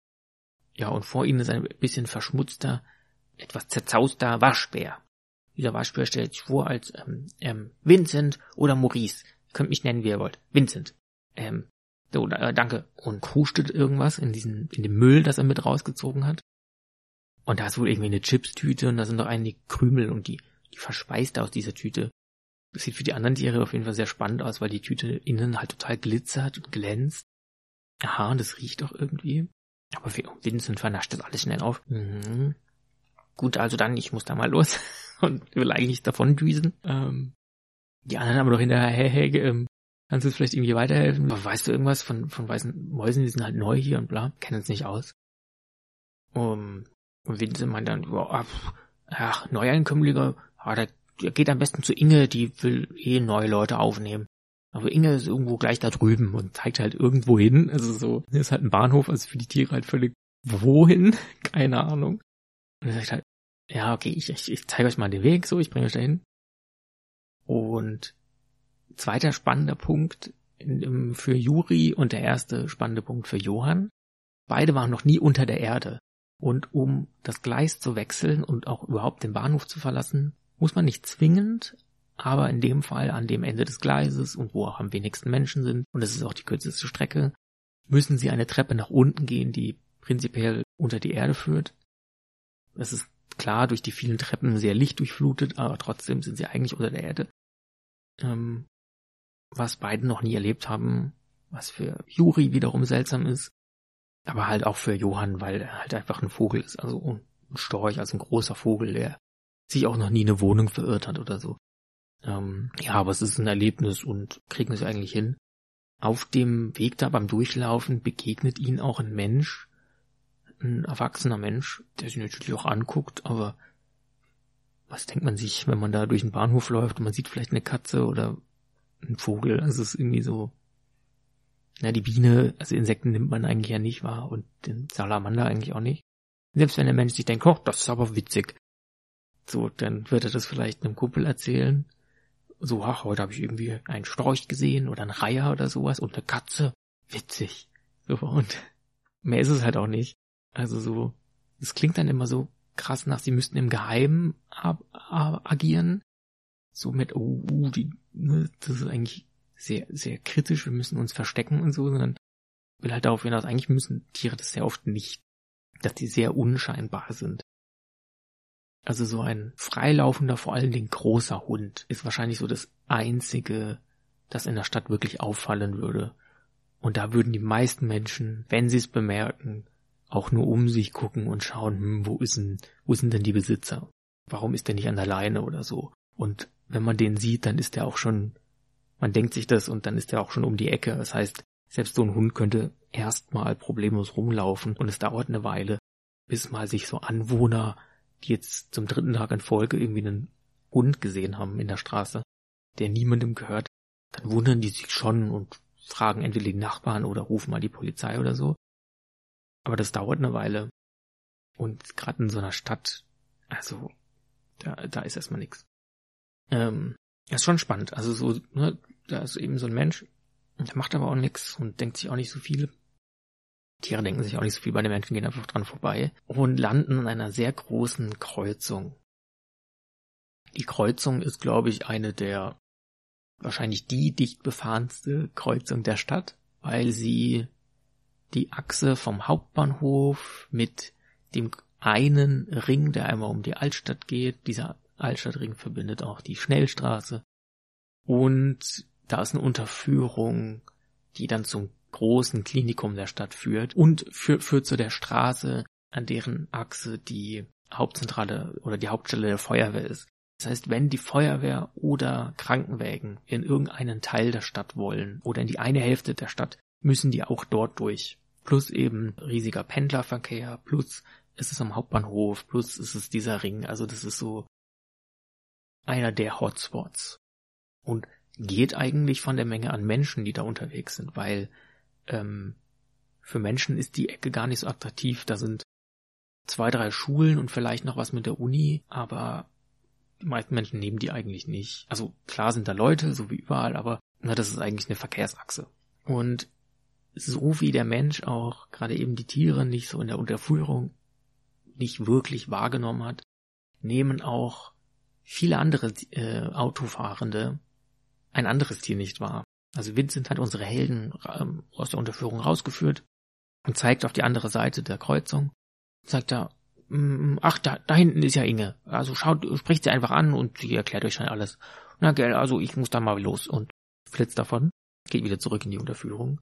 [SPEAKER 1] Ja, und vor ihnen ist ein bisschen verschmutzter, etwas zerzauster Waschbär. Dieser Waschbär stellt sich vor als ähm, ähm, Vincent oder Maurice. Ihr könnt mich nennen, wie ihr wollt. Vincent. Ähm, so, äh, danke. Und hustet irgendwas in diesen, in dem Müll, das er mit rausgezogen hat. Und da ist wohl irgendwie eine Chipstüte und da sind noch einige Krümel und die, die verschweißt er aus dieser Tüte. Das sieht für die anderen Tiere auf jeden Fall sehr spannend aus, weil die Tüte innen halt total glitzert und glänzt. Aha, und das riecht auch irgendwie. Aber Vincent vernascht das alles schnell auf. Mhm. Gut, also dann, ich muss da mal los und will eigentlich davon düsen. Ähm, die anderen aber noch hinterher, hey, hey, ähm, kannst du uns vielleicht irgendwie weiterhelfen? Weißt du irgendwas von, von weißen Mäusen, die sind halt neu hier und bla, kennen uns nicht aus. Um, und Vincent meint dann, ja, ach, Neueinkömmlinge, ja, der, der geht am besten zu Inge, die will eh neue Leute aufnehmen. Aber Inge ist irgendwo gleich da drüben und zeigt halt irgendwo hin. Also so, hier ist halt ein Bahnhof, also für die Tiere halt völlig wohin? Keine Ahnung. Und er sagt halt, ja, okay, ich, ich, ich zeige euch mal den Weg, so, ich bringe euch dahin. Und zweiter spannender Punkt in, für Juri und der erste spannende Punkt für Johann. Beide waren noch nie unter der Erde. Und um das Gleis zu wechseln und auch überhaupt den Bahnhof zu verlassen, muss man nicht zwingend, aber in dem Fall an dem Ende des Gleises und wo auch am wenigsten Menschen sind, und es ist auch die kürzeste Strecke, müssen sie eine Treppe nach unten gehen, die prinzipiell unter die Erde führt. Das ist klar durch die vielen Treppen sehr lichtdurchflutet, aber trotzdem sind sie eigentlich unter der Erde. Ähm, was beide noch nie erlebt haben, was für Juri wiederum seltsam ist, aber halt auch für Johann, weil er halt einfach ein Vogel ist, also ein Storch, also ein großer Vogel, der sich auch noch nie eine Wohnung verirrt hat oder so. Ähm, ja, aber es ist ein Erlebnis und kriegen es eigentlich hin. Auf dem Weg da beim Durchlaufen begegnet ihnen auch ein Mensch, ein erwachsener Mensch, der sich natürlich auch anguckt, aber was denkt man sich, wenn man da durch den Bahnhof läuft und man sieht vielleicht eine Katze oder einen Vogel, also es ist irgendwie so, na, die Biene, also Insekten nimmt man eigentlich ja nicht wahr und den Salamander eigentlich auch nicht. Selbst wenn der Mensch sich denkt, oh, das ist aber witzig, so, dann wird er das vielleicht einem Kumpel erzählen, so, ach, heute habe ich irgendwie einen Storch gesehen oder einen Reiher oder sowas und eine Katze, witzig, so, und mehr ist es halt auch nicht. Also so, es klingt dann immer so krass nach, sie müssten im Geheimen ab, ab, agieren. So mit, oh, uh, die, ne, das ist eigentlich sehr, sehr kritisch, wir müssen uns verstecken und so, sondern will halt darauf hinaus, eigentlich müssen Tiere das sehr oft nicht, dass die sehr unscheinbar sind. Also so ein freilaufender, vor allen Dingen großer Hund ist wahrscheinlich so das Einzige, das in der Stadt wirklich auffallen würde. Und da würden die meisten Menschen, wenn sie es bemerken, auch nur um sich gucken und schauen, hm, wo ist denn, wo sind denn die Besitzer? Warum ist der nicht an der Leine oder so? Und wenn man den sieht, dann ist der auch schon, man denkt sich das und dann ist der auch schon um die Ecke. Das heißt, selbst so ein Hund könnte erstmal problemlos rumlaufen und es dauert eine Weile, bis mal sich so Anwohner, die jetzt zum dritten Tag in Folge irgendwie einen Hund gesehen haben in der Straße, der niemandem gehört, dann wundern die sich schon und fragen entweder die Nachbarn oder rufen mal die Polizei oder so. Aber das dauert eine Weile. Und gerade in so einer Stadt, also, da, da ist erstmal nichts. Ähm, ja, ist schon spannend. Also so, ne, da ist eben so ein Mensch, der macht aber auch nichts und denkt sich auch nicht so viel. Tiere denken sich auch nicht so viel, bei den Menschen gehen einfach dran vorbei und landen an einer sehr großen Kreuzung. Die Kreuzung ist, glaube ich, eine der, wahrscheinlich die dicht befahrenste Kreuzung der Stadt, weil sie die Achse vom Hauptbahnhof mit dem einen Ring, der einmal um die Altstadt geht, dieser Altstadtring verbindet auch die Schnellstraße und da ist eine Unterführung, die dann zum großen Klinikum der Stadt führt und führt, führt zu der Straße, an deren Achse die Hauptzentrale oder die Hauptstelle der Feuerwehr ist. Das heißt, wenn die Feuerwehr oder Krankenwägen in irgendeinen Teil der Stadt wollen oder in die eine Hälfte der Stadt, müssen die auch dort durch. Plus eben riesiger Pendlerverkehr, plus ist es am Hauptbahnhof, plus ist es dieser Ring. Also das ist so einer der Hotspots. Und geht eigentlich von der Menge an Menschen, die da unterwegs sind, weil ähm, für Menschen ist die Ecke gar nicht so attraktiv. Da sind zwei, drei Schulen und vielleicht noch was mit der Uni, aber die meisten Menschen nehmen die eigentlich nicht. Also klar sind da Leute, so wie überall, aber na, das ist eigentlich eine Verkehrsachse. Und so wie der Mensch auch gerade eben die Tiere nicht so in der Unterführung nicht wirklich wahrgenommen hat, nehmen auch viele andere äh, Autofahrende ein anderes Tier nicht wahr. Also Vincent hat unsere Helden ähm, aus der Unterführung rausgeführt und zeigt auf die andere Seite der Kreuzung, sagt er, ach, da, da hinten ist ja Inge, also schaut, spricht sie einfach an und sie erklärt euch schon alles. Na gell, also ich muss da mal los und flitzt davon, geht wieder zurück in die Unterführung.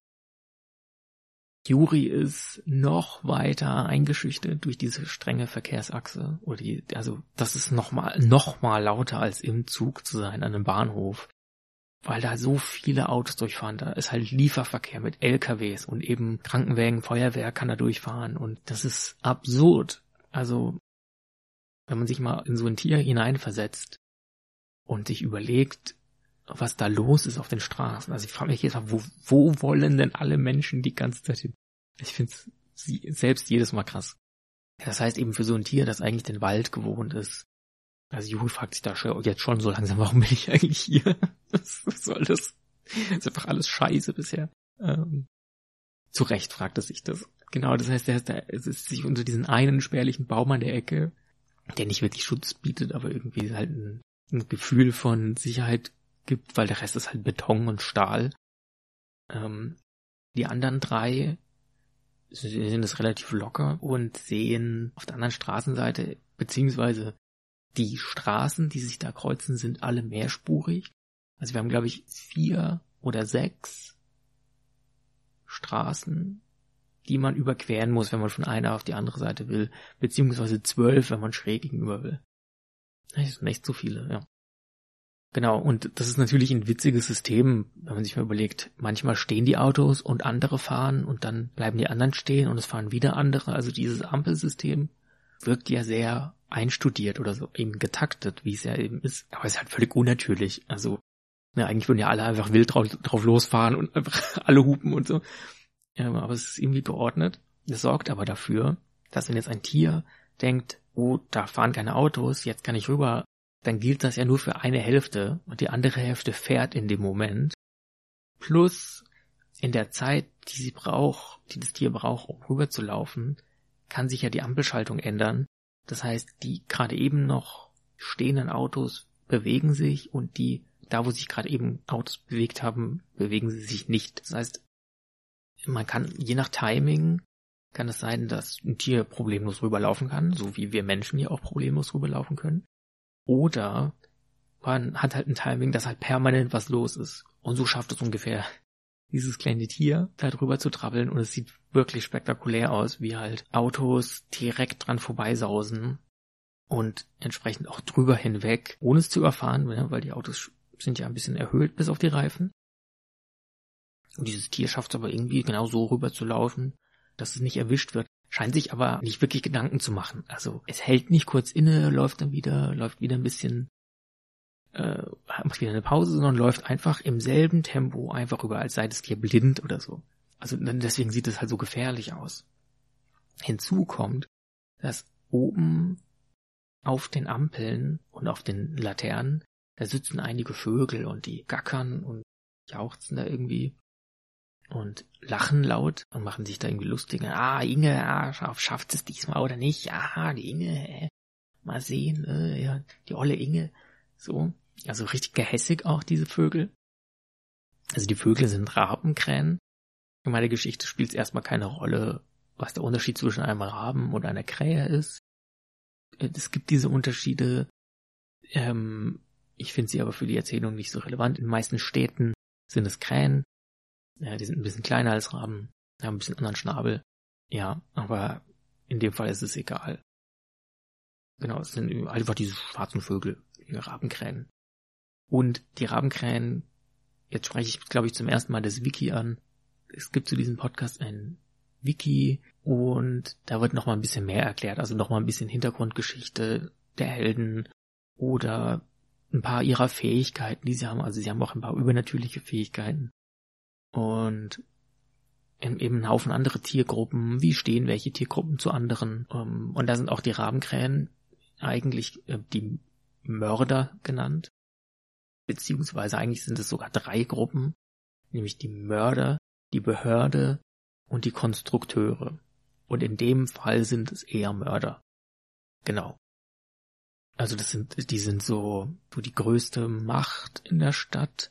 [SPEAKER 1] Juri ist noch weiter eingeschüchtert durch diese strenge Verkehrsachse, oder die, also das ist noch mal, noch mal lauter als im Zug zu sein an einem Bahnhof, weil da so viele Autos durchfahren, da ist halt Lieferverkehr mit L K Ws und eben Krankenwägen, Feuerwehr kann da durchfahren und das ist absurd. Also, wenn man sich mal in so ein Tier hineinversetzt und sich überlegt, was da los ist auf den Straßen. Also ich frage mich jetzt mal, wo, wo wollen denn alle Menschen die ganze Zeit hin? Ich finde es selbst jedes Mal krass. Das heißt eben für so ein Tier, das eigentlich den Wald gewohnt ist. Also Juhu fragt sich da schon, jetzt schon so langsam, warum bin ich eigentlich hier? Was soll das? Das ist einfach alles scheiße bisher. Ähm, zu Recht fragt er sich das. Genau, das heißt, er ist, da, es ist sich unter diesen einen spärlichen Baum an der Ecke, der nicht wirklich Schutz bietet, aber irgendwie halt ein, ein Gefühl von Sicherheit gibt, weil der Rest ist halt Beton und Stahl. Ähm, die anderen drei sind es relativ locker und sehen auf der anderen Straßenseite, beziehungsweise die Straßen, die sich da kreuzen, sind alle mehrspurig. Also wir haben, glaube ich, vier oder sechs Straßen, die man überqueren muss, wenn man von einer auf die andere Seite will, beziehungsweise zwölf, wenn man schräg gegenüber will. Das sind echt zu viele, ja. Genau, und das ist natürlich ein witziges System, wenn man sich mal überlegt, manchmal stehen die Autos und andere fahren und dann bleiben die anderen stehen und es fahren wieder andere. Also dieses Ampelsystem wirkt ja sehr einstudiert oder so eben getaktet, wie es ja eben ist. Aber es ist halt völlig unnatürlich. Also ja, eigentlich würden ja alle einfach wild drauf, drauf losfahren und einfach alle hupen und so. Ja, aber es ist irgendwie geordnet. Das sorgt aber dafür, dass wenn jetzt ein Tier denkt, oh, da fahren keine Autos, jetzt kann ich rüber, dann gilt das ja nur für eine Hälfte und die andere Hälfte fährt in dem Moment. Plus in der Zeit, die sie braucht, die das Tier braucht, um rüber zu laufen, kann sich ja die Ampelschaltung ändern. Das heißt, die gerade eben noch stehenden Autos bewegen sich und die, da wo sich gerade eben Autos bewegt haben, bewegen sie sich nicht. Das heißt, man kann, je nach Timing, kann es sein, dass ein Tier problemlos rüberlaufen kann, so wie wir Menschen hier auch problemlos rüberlaufen können. Oder man hat halt ein Timing, dass halt permanent was los ist. Und so schafft es ungefähr dieses kleine Tier da drüber zu trabbeln und es sieht wirklich spektakulär aus, wie halt Autos direkt dran vorbeisausen und entsprechend auch drüber hinweg, ohne es zu überfahren, weil die Autos sind ja ein bisschen erhöht bis auf die Reifen. Und dieses Tier schafft es aber irgendwie genau so rüber zu laufen, dass es nicht erwischt wird. Scheint sich aber nicht wirklich Gedanken zu machen. Also es hält nicht kurz inne, läuft dann wieder, läuft wieder ein bisschen, äh, macht wieder eine Pause, sondern läuft einfach im selben Tempo einfach rüber, als sei das Tier blind oder so. Also deswegen sieht es halt so gefährlich aus. Hinzu kommt, dass oben auf den Ampeln und auf den Laternen, da sitzen einige Vögel und die gackern und jauchzen da irgendwie und lachen laut und machen sich da irgendwie lustig. Ah, Inge, ah, schafft es diesmal oder nicht? Ah, die Inge, äh, mal sehen, äh, ja, die olle Inge. So, also richtig gehässig auch diese Vögel. Also die Vögel sind Rabenkrähen. In meiner Geschichte spielt es erstmal keine Rolle, was der Unterschied zwischen einem Raben und einer Krähe ist. Es gibt diese Unterschiede. Ähm, ich finde sie aber für die Erzählung nicht so relevant. In den meisten Städten sind es Krähen. Ja, die sind ein bisschen kleiner als Raben, haben ein bisschen anderen Schnabel. Ja, aber in dem Fall ist es egal. Genau, es sind einfach diese schwarzen Vögel, die Rabenkrähen. Und die Rabenkrähen, jetzt spreche ich, glaube ich, zum ersten Mal das Wiki an. Es gibt zu diesem Podcast ein Wiki und da wird nochmal ein bisschen mehr erklärt, also nochmal ein bisschen Hintergrundgeschichte der Helden oder ein paar ihrer Fähigkeiten, die sie haben. Also sie haben auch ein paar übernatürliche Fähigkeiten. Und eben einen Haufen andere Tiergruppen, wie stehen welche Tiergruppen zu anderen. Und da sind auch die Rabenkrähen eigentlich die Mörder genannt, beziehungsweise eigentlich sind es sogar drei Gruppen, nämlich die Mörder, die Behörde und die Konstrukteure. Und in dem Fall sind es eher Mörder. Genau. Also das sind, die sind so, so die größte Macht in der Stadt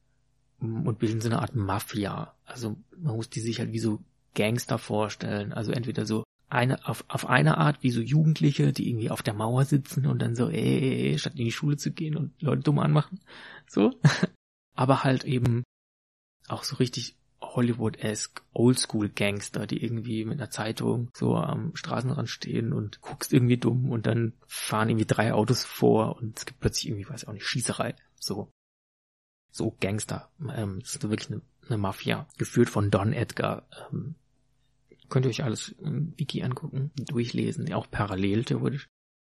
[SPEAKER 1] und bilden so eine Art Mafia. Also man muss die sich halt wie so Gangster vorstellen. Also entweder so eine auf auf eine Art wie so Jugendliche, die irgendwie auf der Mauer sitzen und dann so, ey, ey, statt in die Schule zu gehen und Leute dumm anmachen. So. Aber halt eben auch so richtig Hollywood-esque Oldschool-Gangster, die irgendwie mit einer Zeitung so am Straßenrand stehen und guckst irgendwie dumm und dann fahren irgendwie drei Autos vor und es gibt plötzlich irgendwie, weiß ich auch nicht, Schießerei. So. So Gangster. Ähm, das ist wirklich eine, eine Mafia. Geführt von Don Edgar. Ähm, könnt ihr euch alles im Wiki angucken, durchlesen, auch parallel theoretisch.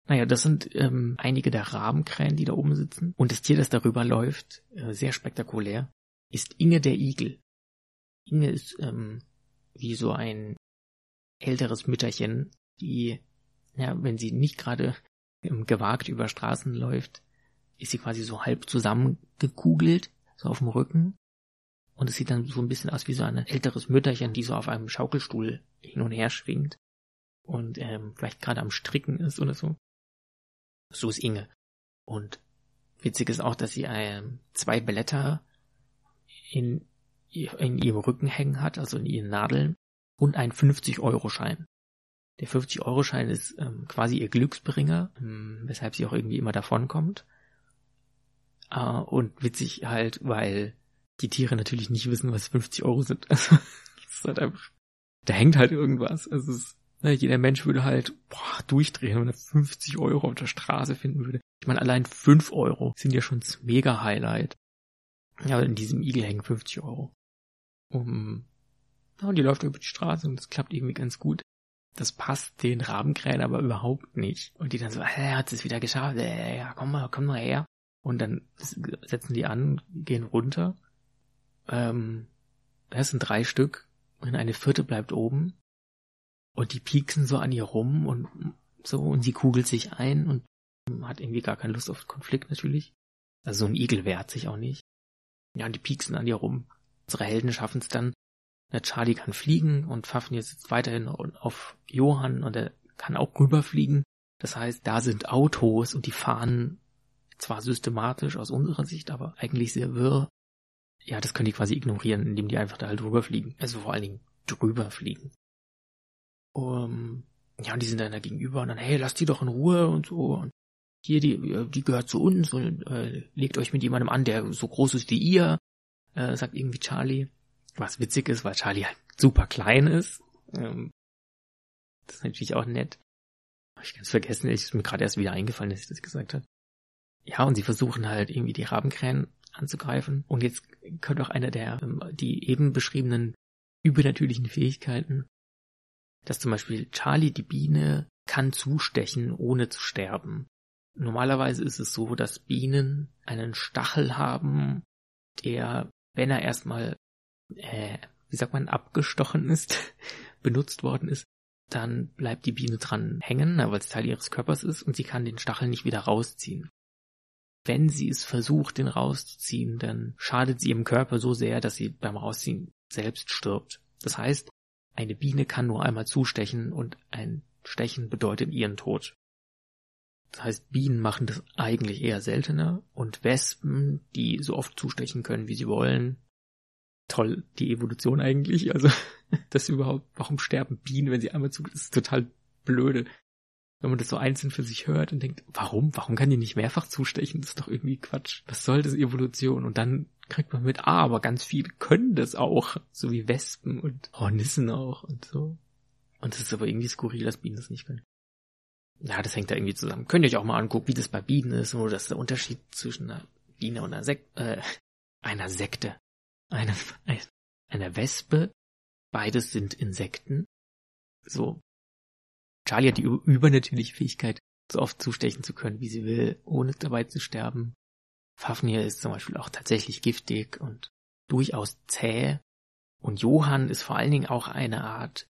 [SPEAKER 1] Naja, das sind ähm, einige der Rabenkrähen, die da oben sitzen. Und das Tier, das darüber läuft, äh, sehr spektakulär, ist Inge der Igel. Inge ist ähm, wie so ein älteres Mütterchen, die, ja, wenn sie nicht gerade ähm, gewagt über Straßen läuft, ist sie quasi so halb zusammengekugelt, so auf dem Rücken. Und es sieht dann so ein bisschen aus wie so ein älteres Mütterchen, die so auf einem Schaukelstuhl hin und her schwingt und ähm, vielleicht gerade am Stricken ist oder so. So ist Inge. Und witzig ist auch, dass sie ähm, zwei Blätter in, in ihrem Rücken hängen hat, also in ihren Nadeln, und einen fünfzig-Euro-Schein. Der fünfzig-Euro-Schein ist ähm, quasi ihr Glücksbringer, ähm, weshalb sie auch irgendwie immer davonkommt. Äh, und witzig halt, weil die Tiere natürlich nicht wissen, was fünfzig Euro sind. Also, das ist halt einfach, da hängt halt irgendwas. Also es ist, ne, jeder Mensch würde halt boah, durchdrehen, wenn er fünfzig Euro auf der Straße finden würde. Ich meine, allein fünf Euro sind ja schon das Mega-Highlight. Ja, in diesem Igel hängen fünfzig Euro. Um, ja, und die läuft über die Straße und das klappt irgendwie ganz gut. Das passt den Rabenkrähen aber überhaupt nicht. Und die dann so, er hat es wieder geschafft, äh, ja, komm mal, komm mal her. Und dann setzen die an, gehen runter. Ähm, das sind drei Stück und eine vierte bleibt oben. Und die pieksen so an ihr rum und so und sie kugelt sich ein und hat irgendwie gar keine Lust auf Konflikt natürlich. Also so ein Igel wehrt sich auch nicht. Ja, und die pieksen an ihr rum. Unsere Helden schaffen es dann. Der Charlie kann fliegen und Fafnir sitzt weiterhin auf Johann und er kann auch rüberfliegen. Das heißt, da sind Autos und die fahren zwar systematisch aus unserer Sicht, aber eigentlich sehr wirr. Ja, das können die quasi ignorieren, indem die einfach da halt drüber fliegen. Also vor allen Dingen drüber fliegen. Um, ja, und die sind dann da gegenüber und dann, hey, lasst die doch in Ruhe und so. Und hier, die, die gehört zu uns und äh, legt euch mit jemandem an, der so groß ist wie ihr, äh, sagt irgendwie Charlie. Was witzig ist, weil Charlie halt super klein ist. Ähm, das ist natürlich auch nett. Hab ich ganz vergessen, ist mir gerade erst wieder eingefallen, dass ich das gesagt habe. Ja, und sie versuchen halt irgendwie die Rabenkrähen anzugreifen. Und jetzt könnte auch einer der, ähm, die eben beschriebenen übernatürlichen Fähigkeiten, dass zum Beispiel Charlie, die Biene, kann zustechen, ohne zu sterben. Normalerweise ist es so, dass Bienen einen Stachel haben, der, wenn er erstmal, äh, wie sagt man, abgestochen ist, benutzt worden ist, dann bleibt die Biene dran hängen, weil es Teil ihres Körpers ist und sie kann den Stachel nicht wieder rausziehen. Wenn sie es versucht, den rauszuziehen, dann schadet sie ihrem Körper so sehr, dass sie beim Rausziehen selbst stirbt. Das heißt, eine Biene kann nur einmal zustechen und ein Stechen bedeutet ihren Tod. Das heißt, Bienen machen das eigentlich eher seltener und Wespen, die so oft zustechen können, wie sie wollen. Toll, die Evolution eigentlich. Also, das überhaupt, warum sterben Bienen, wenn sie einmal zustechen? Das ist total blöde. Wenn man das so einzeln für sich hört und denkt, warum? Warum kann die nicht mehrfach zustechen? Das ist doch irgendwie Quatsch. Was soll das Evolution? Und dann kriegt man mit, ah, aber ganz viele können das auch. So wie Wespen und Hornissen auch und so. Und es ist aber irgendwie skurril, dass Bienen das nicht können. Ja, das hängt da irgendwie zusammen. Könnt ihr euch auch mal angucken, wie das bei Bienen ist, oder das ist der Unterschied zwischen einer Biene und einer Sekte, äh, einer Sekte, einer, einer Wespe. Beides sind Insekten. So. Charlie hat die übernatürliche Fähigkeit, so oft zustechen zu können, wie sie will, ohne dabei zu sterben. Fafnir ist zum Beispiel auch tatsächlich giftig und durchaus zäh. Und Johann ist vor allen Dingen auch eine Art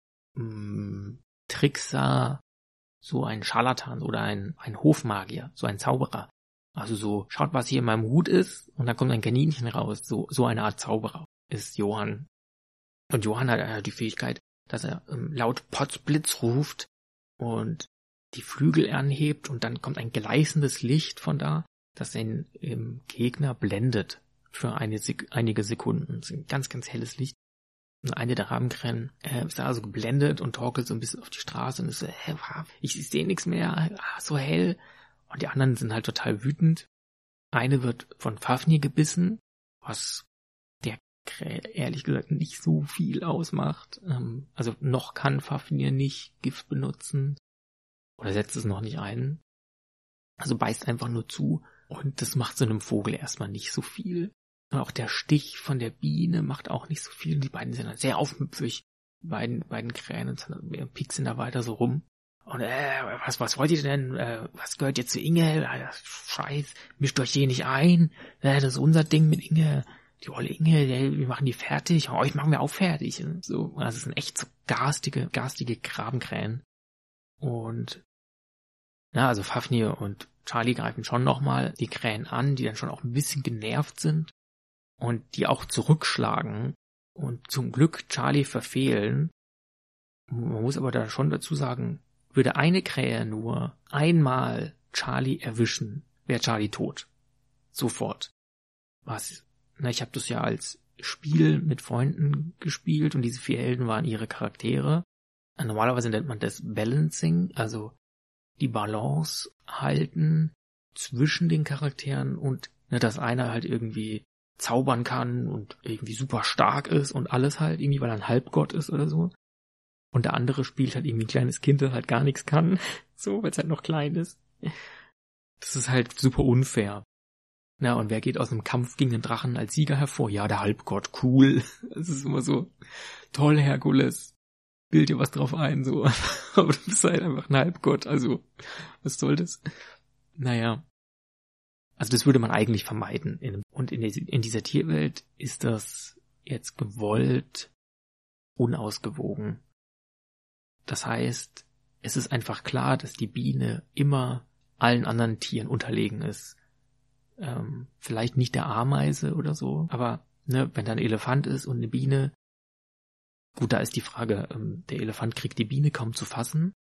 [SPEAKER 1] mh, Trickser, so ein Scharlatan oder ein, ein Hofmagier, so ein Zauberer. Also so, schaut, was hier in meinem Hut ist und dann kommt ein Kaninchen raus. So, so eine Art Zauberer ist Johann. Und Johann hat äh, die Fähigkeit, dass er ähm, laut Potzblitz ruft und die Flügel anhebt und dann kommt ein gleißendes Licht von da, das den ähm, Gegner blendet für eine Sek- einige Sekunden. Das ist ein ganz, ganz helles Licht. Und eine der Rabenkrähen äh, ist da also geblendet und torkelt so ein bisschen auf die Straße und ist so, hä, ich, ich sehe nichts mehr, ah, so hell. Und die anderen sind halt total wütend. Eine wird von Fafnir gebissen, was der Krähe ehrlich gesagt nicht so viel ausmacht. Ähm, also noch kann Fafnir nicht Gift benutzen oder setzt es noch nicht ein. Also beißt einfach nur zu und das macht so einem Vogel erstmal nicht so viel. Und auch der Stich von der Biene macht auch nicht so viel. Die beiden sind dann sehr aufmüpfig. Die beiden, beiden Krähen pieksen da weiter so rum. Und äh, was, was wollt ihr denn? Äh, was gehört jetzt zu Inge? Äh, Scheiß, mischt euch hier nicht ein. Äh, das ist unser Ding mit Inge. Die olle Inge, die, wir machen die fertig. Euch machen wir auch fertig. Und so, also es sind echt so garstige, garstige Grabenkrähen. Und na, also Fafnir und Charlie greifen schon nochmal die Krähen an, die dann schon auch ein bisschen genervt sind und die auch zurückschlagen und zum Glück Charlie verfehlen. Man muss aber da schon dazu sagen, würde eine Krähe nur einmal Charlie erwischen, wäre Charlie tot. Sofort. Was? Na, ich habe das ja als Spiel mit Freunden gespielt und diese vier Helden waren ihre Charaktere. Normalerweise nennt man das Balancing, also die Balance halten zwischen den Charakteren und ne, dass einer halt irgendwie zaubern kann und irgendwie super stark ist und alles halt irgendwie, weil er ein Halbgott ist oder so. Und der andere spielt halt irgendwie ein kleines Kind, das halt gar nichts kann, so, weil es halt noch klein ist. Das ist halt super unfair. Na, und wer geht aus einem Kampf gegen den Drachen als Sieger hervor? Ja, der Halbgott, cool. Das ist immer so, toll, Herkules. Bild dir was drauf ein, so. Aber du bist halt einfach ein Halbgott, also, was soll das? Naja. Also das würde man eigentlich vermeiden. Und in, in dieser Tierwelt ist das jetzt gewollt unausgewogen. Das heißt, es ist einfach klar, dass die Biene immer allen anderen Tieren unterlegen ist. Ähm, vielleicht nicht der Ameise oder so, aber ne, wenn da ein Elefant ist und eine Biene, gut, da ist die Frage, ähm, der Elefant kriegt die Biene kaum zu fassen,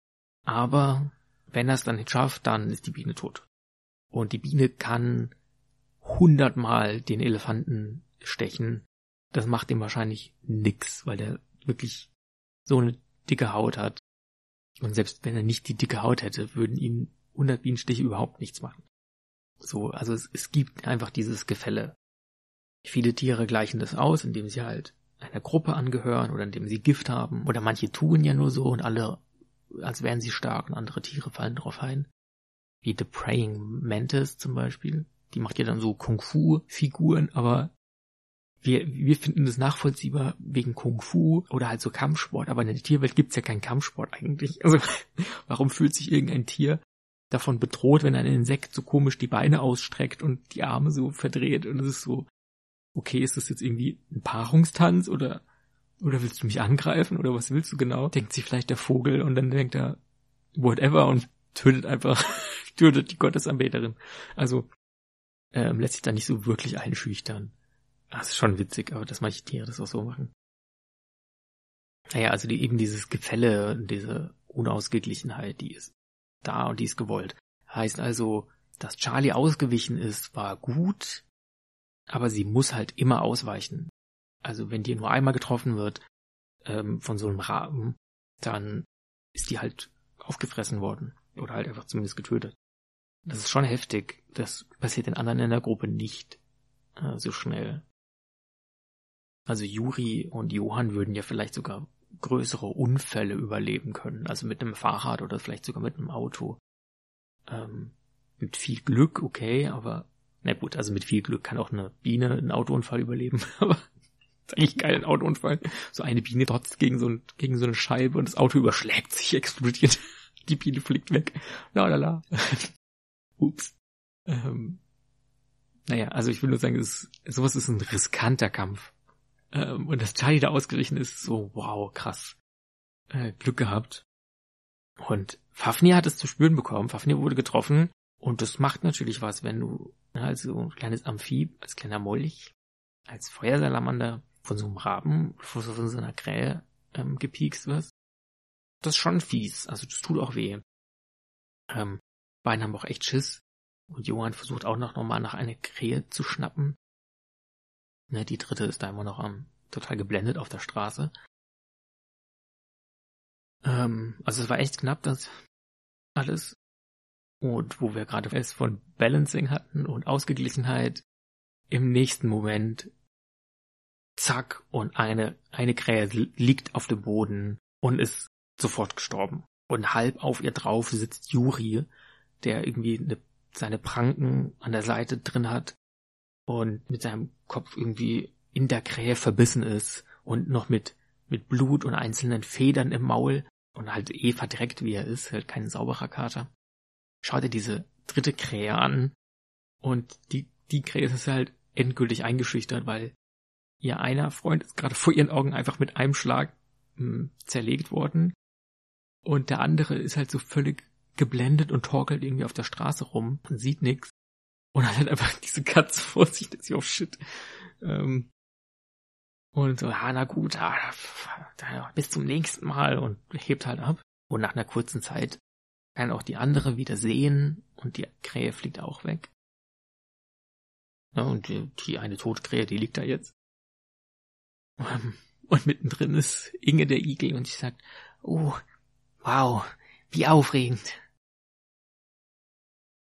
[SPEAKER 1] aber wenn er es dann nicht schafft, dann ist die Biene tot. Und die Biene kann hundertmal den Elefanten stechen. Das macht ihm wahrscheinlich nix, weil der wirklich so eine dicke Haut hat. Und selbst wenn er nicht die dicke Haut hätte, würden ihm hundert Bienenstiche überhaupt nichts machen. So, also es, es gibt einfach dieses Gefälle. Viele Tiere gleichen das aus, indem sie halt einer Gruppe angehören oder indem sie Gift haben. Oder manche tun ja nur so und alle, als wären sie stark und andere Tiere fallen drauf ein. Wie The Praying Mantis zum Beispiel. Die macht ja dann so Kung-Fu-Figuren, aber wir, wir finden das nachvollziehbar wegen Kung-Fu oder halt so Kampfsport, aber in der Tierwelt gibt's ja keinen Kampfsport eigentlich. Also warum fühlt sich irgendein Tier davon bedroht, wenn ein Insekt so komisch die Beine ausstreckt und die Arme so verdreht und es ist so, okay, ist das jetzt irgendwie ein Paarungstanz oder oder willst du mich angreifen oder was willst du genau? Denkt sich vielleicht der Vogel und dann denkt er whatever und tötet einfach, tötet die Gottesanbeterin. Also ähm, lässt sich da nicht so wirklich einschüchtern. Das ist schon witzig, aber dass manche Tiere das auch so machen. Naja, also die, eben dieses Gefälle und diese Unausgeglichenheit, die ist da und die ist gewollt. Heißt also, dass Charlie ausgewichen ist, war gut, aber sie muss halt immer ausweichen. Also wenn die nur einmal getroffen wird ähm, von so einem Raben, dann ist die halt aufgefressen worden oder halt einfach zumindest getötet. Das ist schon heftig. Das passiert den anderen in der Gruppe nicht äh, so schnell. Also Juri und Johann würden ja vielleicht sogar größere Unfälle überleben können. Also mit einem Fahrrad oder vielleicht sogar mit einem Auto. Ähm, mit viel Glück, okay, aber na gut, also mit viel Glück kann auch eine Biene einen Autounfall überleben. Aber ist eigentlich geil, ein Autounfall. So eine Biene trotzt gegen so, ein, gegen so eine Scheibe und das Auto überschlägt sich, explodiert. Die Biene fliegt weg. La la la. Ups. Ähm, naja, also ich will nur sagen, es ist, sowas ist ein riskanter Kampf. Ähm, und dass Charlie da ausgewichen ist, so wow, krass. Äh, Glück gehabt. Und Fafnir hat es zu spüren bekommen. Fafnir wurde getroffen. Und das macht natürlich was, wenn du na, als so ein kleines Amphib, als kleiner Molch, als Feuersalamander von so einem Raben, von so, von so einer Krähe ähm, gepiekst wirst. Das ist schon fies. Also das tut auch weh. Ähm, beide haben auch echt Schiss. Und Johann versucht auch noch mal nach einer Krähe zu schnappen. Ne, die dritte ist da immer noch am, total geblendet auf der Straße. Ähm, also es war echt knapp, das alles. Und wo wir gerade es von Balancing hatten und Ausgeglichenheit, im nächsten Moment, zack, und eine, eine Krähe liegt auf dem Boden und ist sofort gestorben. Und halb auf ihr drauf sitzt Juri, der irgendwie eine, seine Pranken an der Seite drin hat und mit seinem Kopf irgendwie in der Krähe verbissen ist und noch mit, mit Blut und einzelnen Federn im Maul und halt eh verdreckt wie er ist, halt kein sauberer Kater, schaut er diese dritte Krähe an und die, die Krähe ist halt endgültig eingeschüchtert, weil ihr einer Freund ist gerade vor ihren Augen einfach mit einem Schlag mh, zerlegt worden und der andere ist halt so völlig geblendet und torkelt irgendwie auf der Straße rum und sieht nichts und hat halt einfach diese Katze vor sich, dass sie auf Shit ähm, und so, ja, na gut, ah, da, bis zum nächsten Mal und hebt halt ab und nach einer kurzen Zeit kann auch die andere wieder sehen und die Krähe fliegt auch weg. Ja, und die, die eine Totkrähe, die liegt da jetzt. Und mittendrin ist Inge der Igel und sie sagt, oh, wow, wie aufregend.